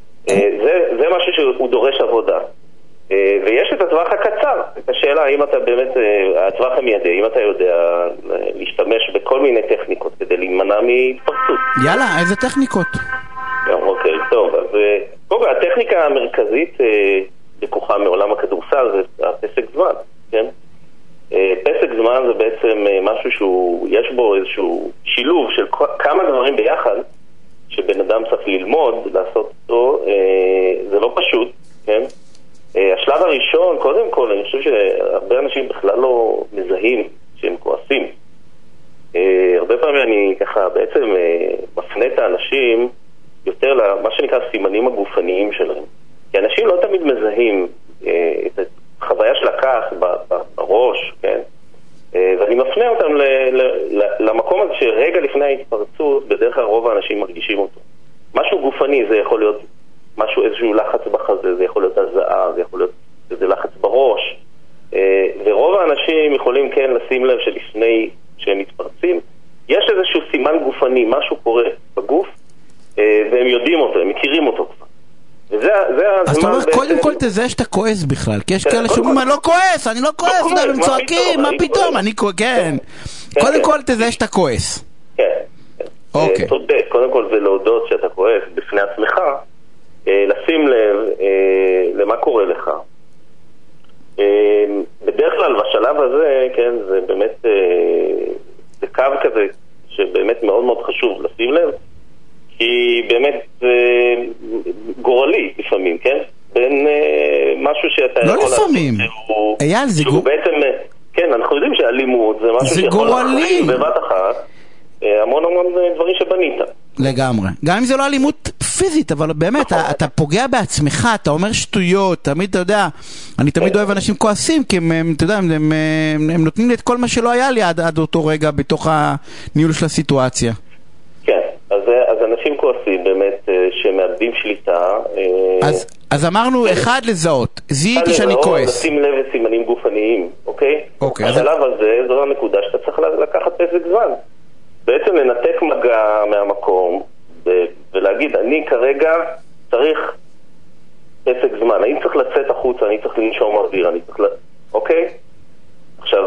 זה משהו שהוא דורש עבודה. ויש את הטווח הקצר, את השאלה האם אתה באמת, הטווח המיידי, אם אתה יודע להשתמש בכל מיני טכניקות כדי להימנע מהתפרצות. יאללה, איזה טכניקות? אוקיי, טוב, אז הטכניקה המרכזית לקוחה מעולם הכדורסל זה הפסק זמן, כן? פסק זמן זה בעצם משהו שיש בו איזשהו שילוב של כמה דברים ביחד שבן אדם צריך ללמוד, לעשות אותו, זה לא פשוט, כן? השלב הראשון, קודם כל, אני חושב שהרבה אנשים בכלל לא מזהים שהם כועסים. הרבה פעמים אני ככה בעצם מפנה את האנשים יותר למה שנקרא סימנים הגופניים שלהם. כי אנשים לא תמיד מזהים את החוויה של הכעס בראש, כן? ואני מפנה אותם למקום הזה שרגע לפני ההתפרצות, בדרך כלל רוב האנשים מרגישים אותו. משהו גופני, זה יכול להיות משהו, איזשהו לחץ בחזה, זה יכול להיות הזעה, זה יכול להיות איזה לחץ בראש. ורוב האנשים יכולים כן לשים לב שלפני שהם מתפרצים, יש איזשהו סימן גופני, משהו קורה בגוף, והם יודעים אותו, הם מכירים אותו כבר. אז אתה אומר, קודם כל תזהה שאתה כועס בכלל, כי יש כאלה שאומרים, אני לא כועס, הם צועקים, מה פתאום, אני כועס, כן. קודם כל תזהה שאתה כועס. כן. תודה, קודם כל זה להודות שאתה כועס בפני עצמך, לשים לב למה קורה לך. בדרך כלל בשלב הזה, כן, זה באמת, זה קו כזה שבאמת מאוד מאוד חשוב לשים לב, כי באמת זה גורלי לפעמים, כן? בין משהו שאתה לא יכול לפעמים. אייל, זה שהוא בעצם, כן, אנחנו יודעים שאלימות זה משהו שיכול להחליט בבת אחת המון דברים שבנית. לגמרי. גם אם זה לא אלימות פיזית, אבל באמת, אתה פוגע בעצמך, אתה אומר שטויות, תמיד, אתה יודע, אני תמיד אוהב אנשים כועסים, כי הם, אתה יודע, הם נותנים לי את כל מה שלא היה לי עד אותו רגע בתוך הניהול של הסיטואציה. כן, אז אנשים כועסים באמת שמאבדים שליטה. אז אמרנו, אחד לזהות, זיהיתי שאני כועס. לשים לב לסימנים גופניים, אוקיי? אוקיי. השלב הזה, זו הנקודה שאתה צריך לקחת פסק זמן. בעצם לנתק מגע מהמקום, ולהגיד, אני כרגע צריך פסק זמן, אני צריך לצאת החוצה, אני צריך לנשום אוויר, אני צריך אוקיי? עכשיו,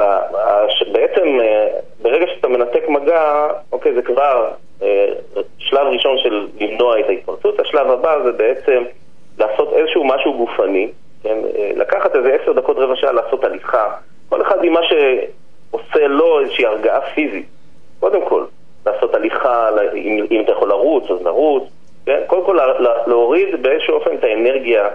בעצם ברגע שאתה מנתק מגע, אוקיי, זה כבר שלב ראשון של למנוע את ההתפרצות. השלב הבא זה בעצם לעשות איזשהו משהו גופני, כן? לקחת איזה 10 דקות, רבע שעה, לעשות הליכה, כל אחד עם מה שעושה לו איזושהי הרגעה פיזית. קודם כל, לעשות הליכה, אם אתה יכול לרוץ, אז לרוץ, כן? קודם כל להוריד באיזשהו אופן את האנרגיה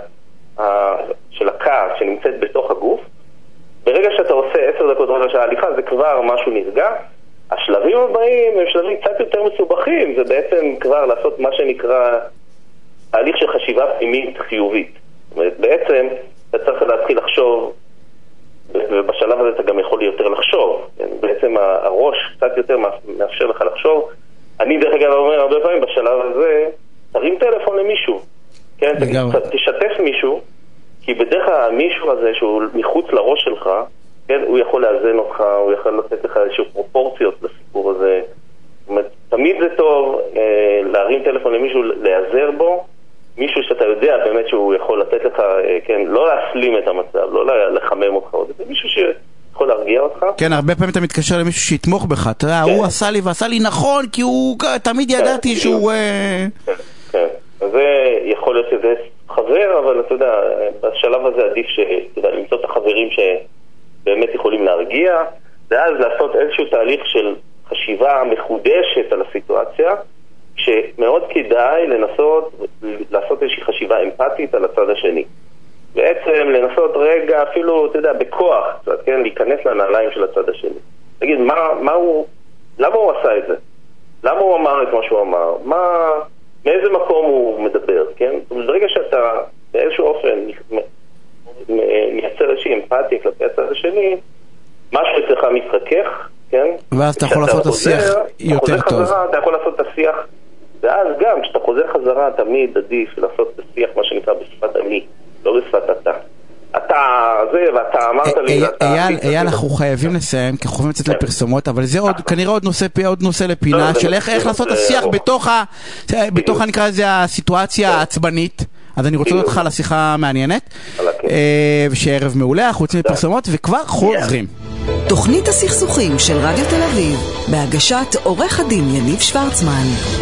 של הכעס שנמצאת בתוך הגוף. ברגע שאתה עושה 10 דקות רבע שעה הליכה, זה כבר משהו נרגע. השלבים הבאים הם שלבים קצת יותר מסובכים, זה בעצם כבר לעשות מה שנקרא תהליך של חשיבה פנימית חיובית. זאת אומרת, בעצם אתה צריך להתחיל לחשוב, ובשלב הזה אתה גם יכול יותר לחשוב. בעצם הראש קצת יותר מאפשר לך לחשוב. אני דרך אגב אומר הרבה פעמים בשלב הזה, תרים טלפון למישהו, כן? תשתף מישהו, כי בדרך כלל המישהו הזה שהוא מחוץ לראש שלך, כן, הוא יכול לאזן אותך, הוא יכול לתת לך איזשהו פרופורציות לסיפור הזה. זאת אומרת, תמיד זה טוב להרים טלפון למישהו, להיעזר בו, מישהו שאתה יודע באמת שהוא יכול לתת לך, כן, לא להסלים את המצב, לא לחמם אותך, זה מישהו שיכול להרגיע אותך. כן, הרבה פעמים אתה מתקשר למישהו שיתמוך בך, אתה יודע, הוא עשה לי ועשה לי נכון, כי הוא תמיד ידעתי שהוא... כן, אז זה יכול להיות שזה חבר, אבל אתה יודע, בשלב הזה עדיף למצוא את החברים שבאמת יכולים להרגיע, ואז לעשות איזשהו תהליך של חשיבה מחודשת על הסיטואציה, שמאוד כדאי לנסות לעשות איזושהי חשיבה אמפתית על הצד השני. בעצם לנסות רגע, אפילו, אתה יודע, בכוח, קצת, כן, להיכנס לנעליים של הצד השני. תגיד, למה הוא עשה את זה? למה הוא אמר את מה שהוא אמר? מאיזה מקום הוא מדבר, כן? ברגע שאתה באיזשהו אופן מייצר איזושהי אמפתיה כלפי הצד השני, משהו אצלך מתרכך, כן? ואז אתה יכול לעשות את השיח יותר טוב. אתה יכול לעשות את השיח, ואז גם כשאתה חוזר חזרה תמיד עדיף לעשות את השיח, מה שנקרא בשפת אני, לא בשפת אתה. אתה זה, ואתה אמרת לי... אייל, אנחנו חייבים לסיים, כי חייבים לצאת לפרסומות, אבל זה כנראה עוד נושא לפינה, של איך לעשות את השיח בתוך, נקרא לזה, הסיטואציה העצבנית. אז אני רוצה אותך לשיחה מעניינת, ושערב מעולה, אנחנו יוצאים לפרסומות, וכבר חוזרים. תוכנית הסכסוכים של רדיו תל אביב, בהגשת עורך הדין יניב שוורצמן.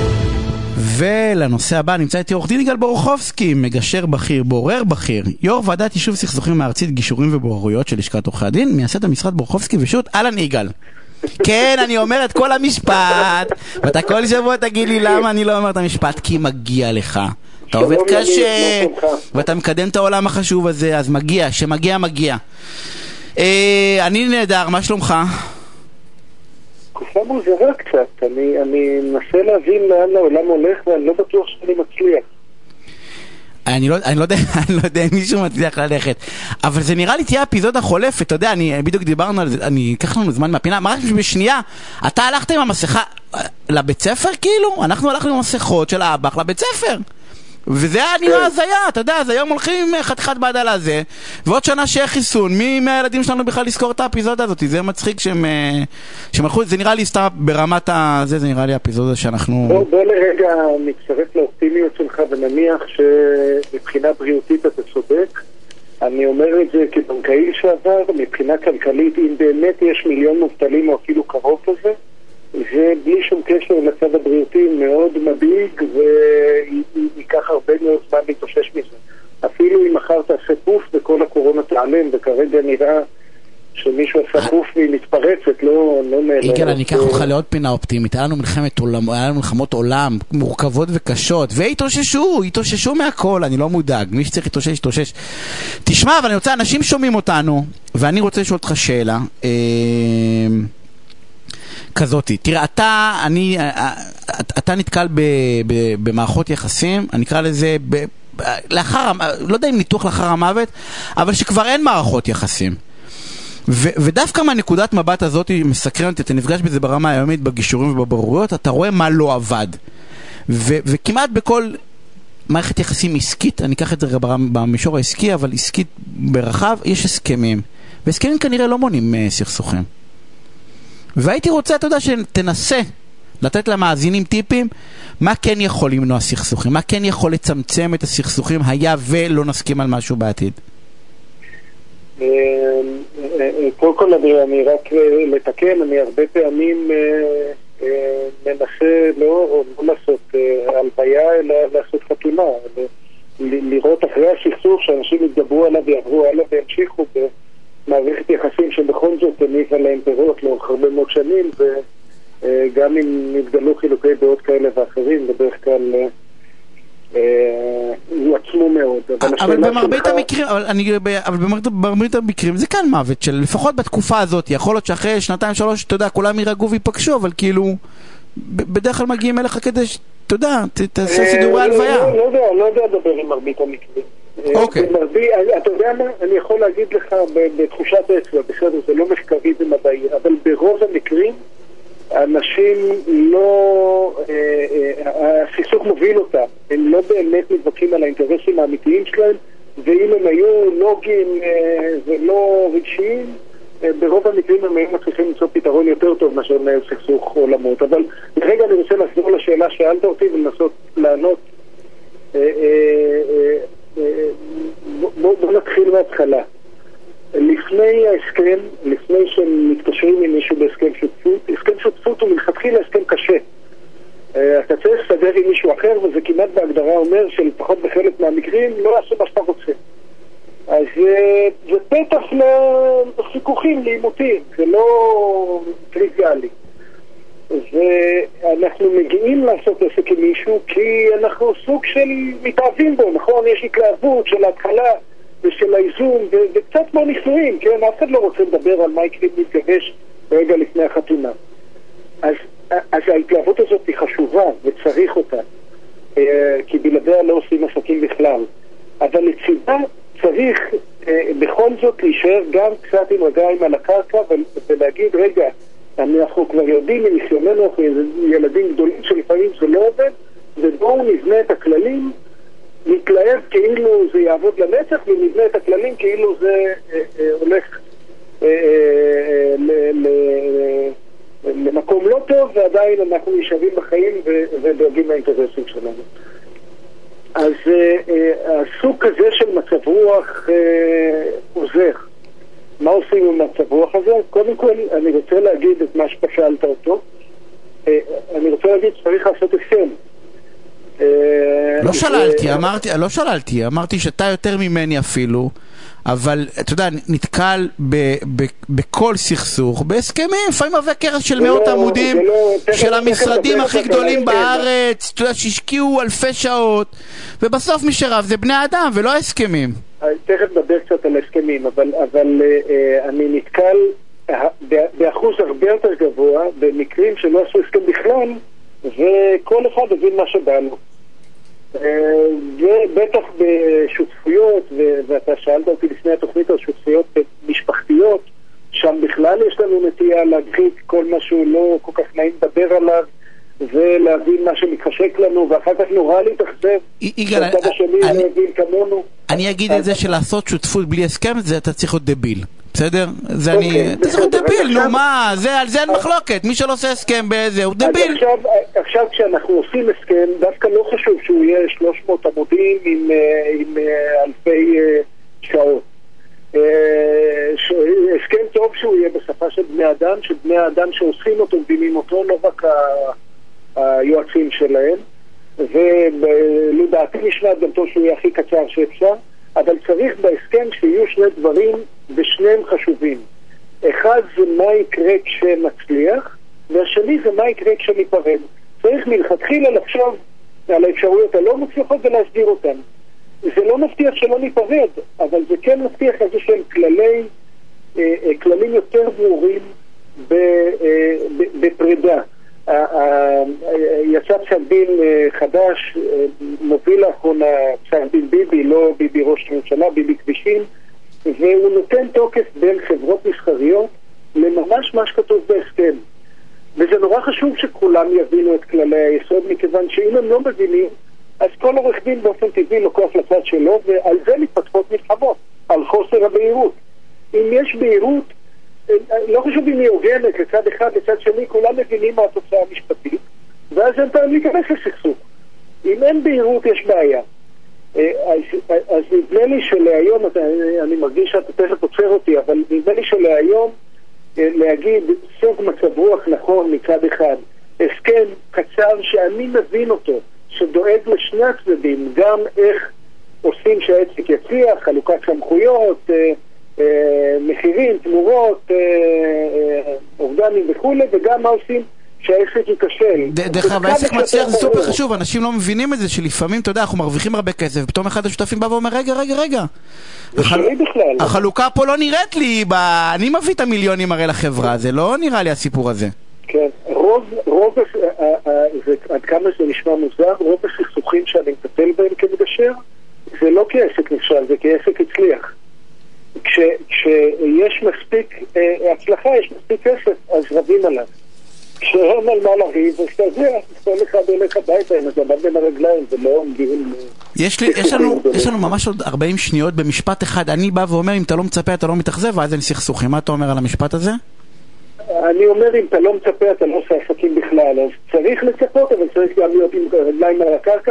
ולנושא הבא נמצא איתי עורך דין יגאל בורחובסקי, מגשר בכיר, בורר בכיר, יו"ר ועדת יישוב סכסוכים הארצית גישורים ובוררויות של לשכת עורכי הדין, מייסד המשרד בורחובסקי ושות'. אהלן יגאל. כן, אני אומר את כל המשפט, ואתה כל שבוע תגיד לי למה אני לא אומר את המשפט, כי מגיע לך. אתה עובד קשה, ואתה מקדם את העולם החשוב הזה, אז מגיע, שמגיע מגיע. אני נהדר, מה שלומך? תקופה מוזרה קצת, אני מנסה להבין לאן העולם הולך ואני לא בטוח שאני מצליח. אני לא יודע אם מישהו מצליח ללכת, אבל זה נראה לי תהיה אפיזודה חולפת, אתה יודע, בדיוק דיברנו על זה, אני אקח לנו זמן מהפינה, ממש בשנייה, אתה הלכת עם המסכה לבית ספר כאילו? אנחנו הלכנו עם המסכות של האב"ח לבית ספר. וזה היה נראה הזיה, אתה יודע, אז היום הולכים חתיכת בעד על הזה, ועוד שנה שיהיה חיסון, מי מהילדים שלנו בכלל לזכור את האפיזודה הזאת? זה מצחיק שהם הלכו, זה נראה לי סתם ברמת הזה, זה נראה לי האפיזודה שאנחנו... בוא לרגע נצטרף לאופטימיות שלך ונניח שמבחינה בריאותית אתה צודק. אני אומר את זה כבנקאי שעבר, מבחינה כלכלית, אם באמת יש מיליון מובטלים או אפילו קרוב לזה, זה בלי שום קשר לצד הבריאותי מאוד מדאיג, וייקח הרבה מאוד זמן להתאושש מזה. אפילו אם מחר תעשה פוף וכל הקורונה תעלם, וכרגע נראה שמישהו עשה פוף והיא מתפרצת, לא נעלם. יגאל, אני אקח אותך לעוד פינה אופטימית. היה לנו מלחמות עולם מורכבות וקשות, והתאוששו מהכל, אני לא מודאג. מי שצריך להתאושש. תשמע, אבל אני רוצה, אנשים שומעים אותנו, ואני רוצה לשאול אותך שאלה. כזאת. תראה, אתה נתקל במערכות יחסים, אני אקרא לזה, לאחר, לא יודע אם ניתוח לאחר המוות, אבל שכבר אין מערכות יחסים. ודווקא מהנקודת מבט הזאת מסקרנת, אתה נפגש בזה ברמה היומית, בגישורים ובבררויות, אתה רואה מה לא עבד. וכמעט בכל מערכת יחסים עסקית, אני אקח את זה במישור העסקי, אבל עסקית ברחב, יש הסכמים. והסכמים כנראה לא מונים סכסוכים. והייתי רוצה, אתה יודע, שתנסה לתת למאזינים טיפים, מה כן יכול למנוע סכסוכים, מה כן יכול לצמצם את הסכסוכים, היה ולא נסכים על משהו בעתיד. קודם כל אני רק לתקן, אני הרבה פעמים מנסה לא לעשות הלוויה, אלא לעשות חתימה, לראות אחרי הסכסוך שאנשים יתגברו עליו ויעברו עליו והמשיכו במערכת יחסים שבכל זאת הניבה להם פירות לאורך הרבה מאוד שנים, וגם אם נתגלו חילוקי דעות כאלה ואחרים, בדרך כלל יועצמו מאוד. אבל במרבית המקרים זה כאן מוות של לפחות בתקופה הזאת, יכול להיות שאחרי 2-3 אתה יודע כולם יירגעו ויפגשו, אבל כאילו בדרך כלל מגיעים אליך כדי אתה יודע, תעשה סידורי הלוויה. לא יודע לדבר עם מרבית המקרים. אוקיי. אתה יודע מה, אני יכול להגיד לך בתחושת אצבע, בסדר, זה לא מחקרי ומדעי, אבל ברוב המקרים אנשים לא, הסכסוך מוביל אותם, הם לא באמת מתווכחים על האינטרסים האמיתיים שלהם, ואם הם היו נוגים ולא רגשיים, ברוב המקרים הם היו מצליחים למצוא פתרון יותר טוב מאשר לנהל סכסוך עולמות. אבל לרגע אני רוצה לחזור לשאלה שאלת אותי ולנסות לענות. בוא נתחיל מההתחלה. לפני ההסכם, לפני שהם מתקשרים עם מישהו בהסכם שותפות, הסכם שותפות הוא מלכתחילה הסכם קשה. אתה צריך לסדר עם מישהו אחר, וזה כמעט בהגדרה אומר שלפחות בחלק מהמקרים לא יעשה מה שאתה רוצה. אז זה פתח לחיכוכים, לעימותים, זה לא טריוויאלי. ואנחנו מגיעים לעשות עסק עם מישהו כי אנחנו סוג של מתאהבים בו, נכון? יש התלהבות של ההתחלה ושל האיזון, וקצת כמו נישואים, כן? אף אחד לא רוצה לדבר על מה יקרה להתגבש רגע לפני החתונה. אז ההתלהבות הזאת היא חשובה וצריך אותה, כי בלעדיה לא עושים עסקים בכלל. אבל לצידה צריך בכל זאת להישאר גם קצת עם רגליים על הקרקע ולהגיד, רגע, אנחנו כבר יודעים מניסיוננו, ילדים גדולים שלפעמים זה לא עובד, ובואו נבנה את הכללים, נתלהב כאילו זה יעבוד לנצח, ונבנה את הכללים כאילו זה הולך למקום לא טוב, ועדיין אנחנו נשארים בחיים ודואגים לאינטרסים שלנו. אז הסוג כזה של מצב רוח עוזר. מה עושים עם מצב רוח הזה? קודם כל, אני רוצה להגיד את מה שפשאלת אותו. אני רוצה להגיד שצריך לעשות הסכם. לא שללתי, אמרתי שאתה יותר ממני אפילו, אבל אתה יודע, נתקל בכל סכסוך, בהסכמים, לפעמים עבי קרס של מאות עמודים, של המשרדים הכי גדולים בארץ, אתה יודע, שהשקיעו אלפי שעות, ובסוף מי שרב זה בני אדם ולא הסכמים. תכף נדבר קצת על הסכמים, אבל אני נתקל באחוז הרבה יותר גבוה במקרים שלא עשו הסכם בכלל, וכל אחד הבין מה שבא לו. ובטח בשותפויות, ואתה שאלת אותי לפני התוכנית על שותפויות משפחתיות, שם בכלל יש לנו נטייה להדחיק כל משהו לא כל כך נעים לדבר עליו, ולהבין מה שמתחשק לנו, ואחר כך נורא להתאכזב שהצד השני לא יבין כמונו. אני אגיד את זה שלעשות שותפות בלי הסכם, זה אתה צריך להיות דביל, בסדר? אתה צריך להיות דביל, נו מה, על זה אין מחלוקת, מי שלא עושה הסכם באיזה, הוא דביל. עכשיו כשאנחנו עושים הסכם, דווקא לא חשוב שהוא יהיה 300 עמודים עם אלפי שעות. הסכם טוב שהוא יהיה בשפה של בני אדם, שבני האדם שעושים אותו, מבינים אותו, לא רק היועצים שלהם, ולדעתי נשמעת גם טוב שהוא יהיה הכי קצר שאפשר, אבל צריך בהסכם שיהיו שני דברים ושניהם חשובים. אחד זה מה יקרה כשנצליח, והשני זה מה יקרה כשניפרד. צריך מלכתחילה לחשוב על האפשרויות הלא מצליחות ולהסדיר אותן. זה לא מבטיח שלא ניפרד, אבל זה כן מבטיח איזה שהם כללים יותר ברורים בפרידה חדש, מוביל לאחרונה פסק דין ביבי, לא ביבי ראש הממשלה, ביבי כבישים, והוא נותן תוקף בין חברות מסחריות לממש מה שכתוב בהסכם. וזה נורא חשוב שכולם יבינו את כללי היסוד, מכיוון שאם הם לא מבינים, אז כל עורך דין באופן טבעי לוקח לצד שלו, ועל זה מתפתחות מלחמות, על חוסר הבהירות. אם יש בהירות, לא חשוב אם היא הוגנת לצד אחד, לצד שני, כולם מבינים מה התוצאה המשפטית, ואז אין פעם להיכנס לסכסוך. אם אין בהירות, יש בעיה. אז נדמה לי שלהיום, אני מרגיש שאתה תכף עוצר אותי, אבל נדמה לי שלהיום להגיד סוג מצב רוח נכון מצד אחד, הסכם קצר שאני מבין אותו, שדואג לשני הצדדים, גם איך עושים שהעסק יצליח, חלוקת סמכויות, מחירים, תמורות, אורגנים וכו', וגם מה עושים שהעסק ייכשל. דרך אגב, העסק מצליח זה סופר חשוב, אנשים לא מבינים את זה, שלפעמים, אתה יודע, אנחנו מרוויחים הרבה כסף, ופתאום אחד השותפים בא ואומר, רגע. החלוקה פה לא נראית לי, אני מביא את המיליונים הרי לחברה, זה לא נראה לי הסיפור הזה. כן, רוב, עד כמה זה נשמע מוזר, רוב הסכסוכים שאני מטפל בהם כמגשר, זה לא כעסק נכשל, זה כעסק הצליח. כשיש מספיק הצלחה, יש מספיק כסף, אז רבים עליו. כשאין על מה לריב, אז אתה יודע, כל אחד הולך הביתה, אם אתה עמד בין הרגליים, זה לא עומדים... יש לנו ממש עוד 40 שניות במשפט אחד. אני בא ואומר, אם אתה לא מצפה, אתה לא מתאכזב, ואז אין סכסוכים. מה אתה אומר על המשפט הזה? אני אומר, אם אתה לא מצפה, אתה לא עושה עסקים בכלל. אז צריך לצפות, אבל צריך גם להיות עם רגליים על הקרקע.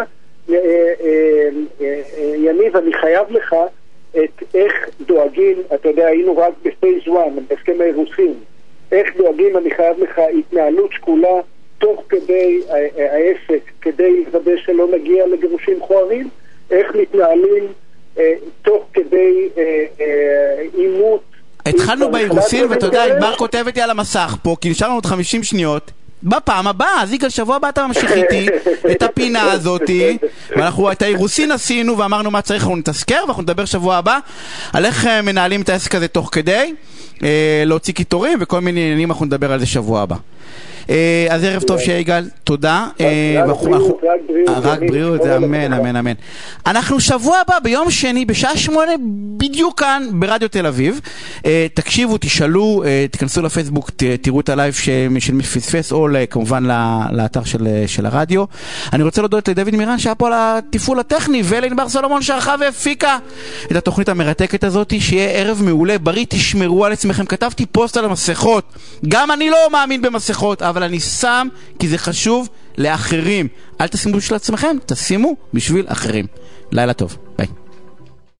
יניב, אני חייב לך את איך דואגים, אתה יודע, היינו רק בפייס 1, בהסכם האירוסין. איך דואגים, אני חייב לך, התנהלות שקולה תוך כדי העסק, כדי לוודא שלא נגיע לגירושים מכוערים, איך מתנהלים תוך כדי אימות. התחלנו באירוסין, ואתה יודע, ענבר כותבת לי על המסך פה, כי נשאר לנו עוד 50 שניות, בפעם הבאה, אז יגאל, שבוע הבא אתה ממשיך איתי את הפינה הזאת, ואנחנו את האירוסין עשינו ואמרנו מה צריך, אנחנו נתזכר, ואנחנו נדבר שבוע הבא על איך מנהלים את העסק הזה תוך כדי להוציא קיטורים וכל מיני עניינים, אנחנו נדבר על זה שבוע הבא. אז ערב טוב שיהיה יגאל, תודה. רק בריאות, זה אמן. אנחנו שבוע הבא ביום שני בשעה 8 בדיוק כאן ברדיו תל אביב. תקשיבו, תשאלו, תכנסו לפייסבוק, תראו את הלייב של מפספס, או כמובן לאתר של הרדיו. אני רוצה להודות לדוד מירן שהיה פה על הטיפול הטכני, ולענבר סולומון שערכה והפיקה את התוכנית המרתקת הזאת. שיהיה ערב מעולה, בריא, תשמרו על עצמכם. כתבתי פוסט על המסכות, גם אני לא מאמין במסכות, אבל אני שם כי זה חשוב לאחרים. אל תשימו בשביל עצמכם, תשימו בשביל אחרים. לילה טוב, ביי.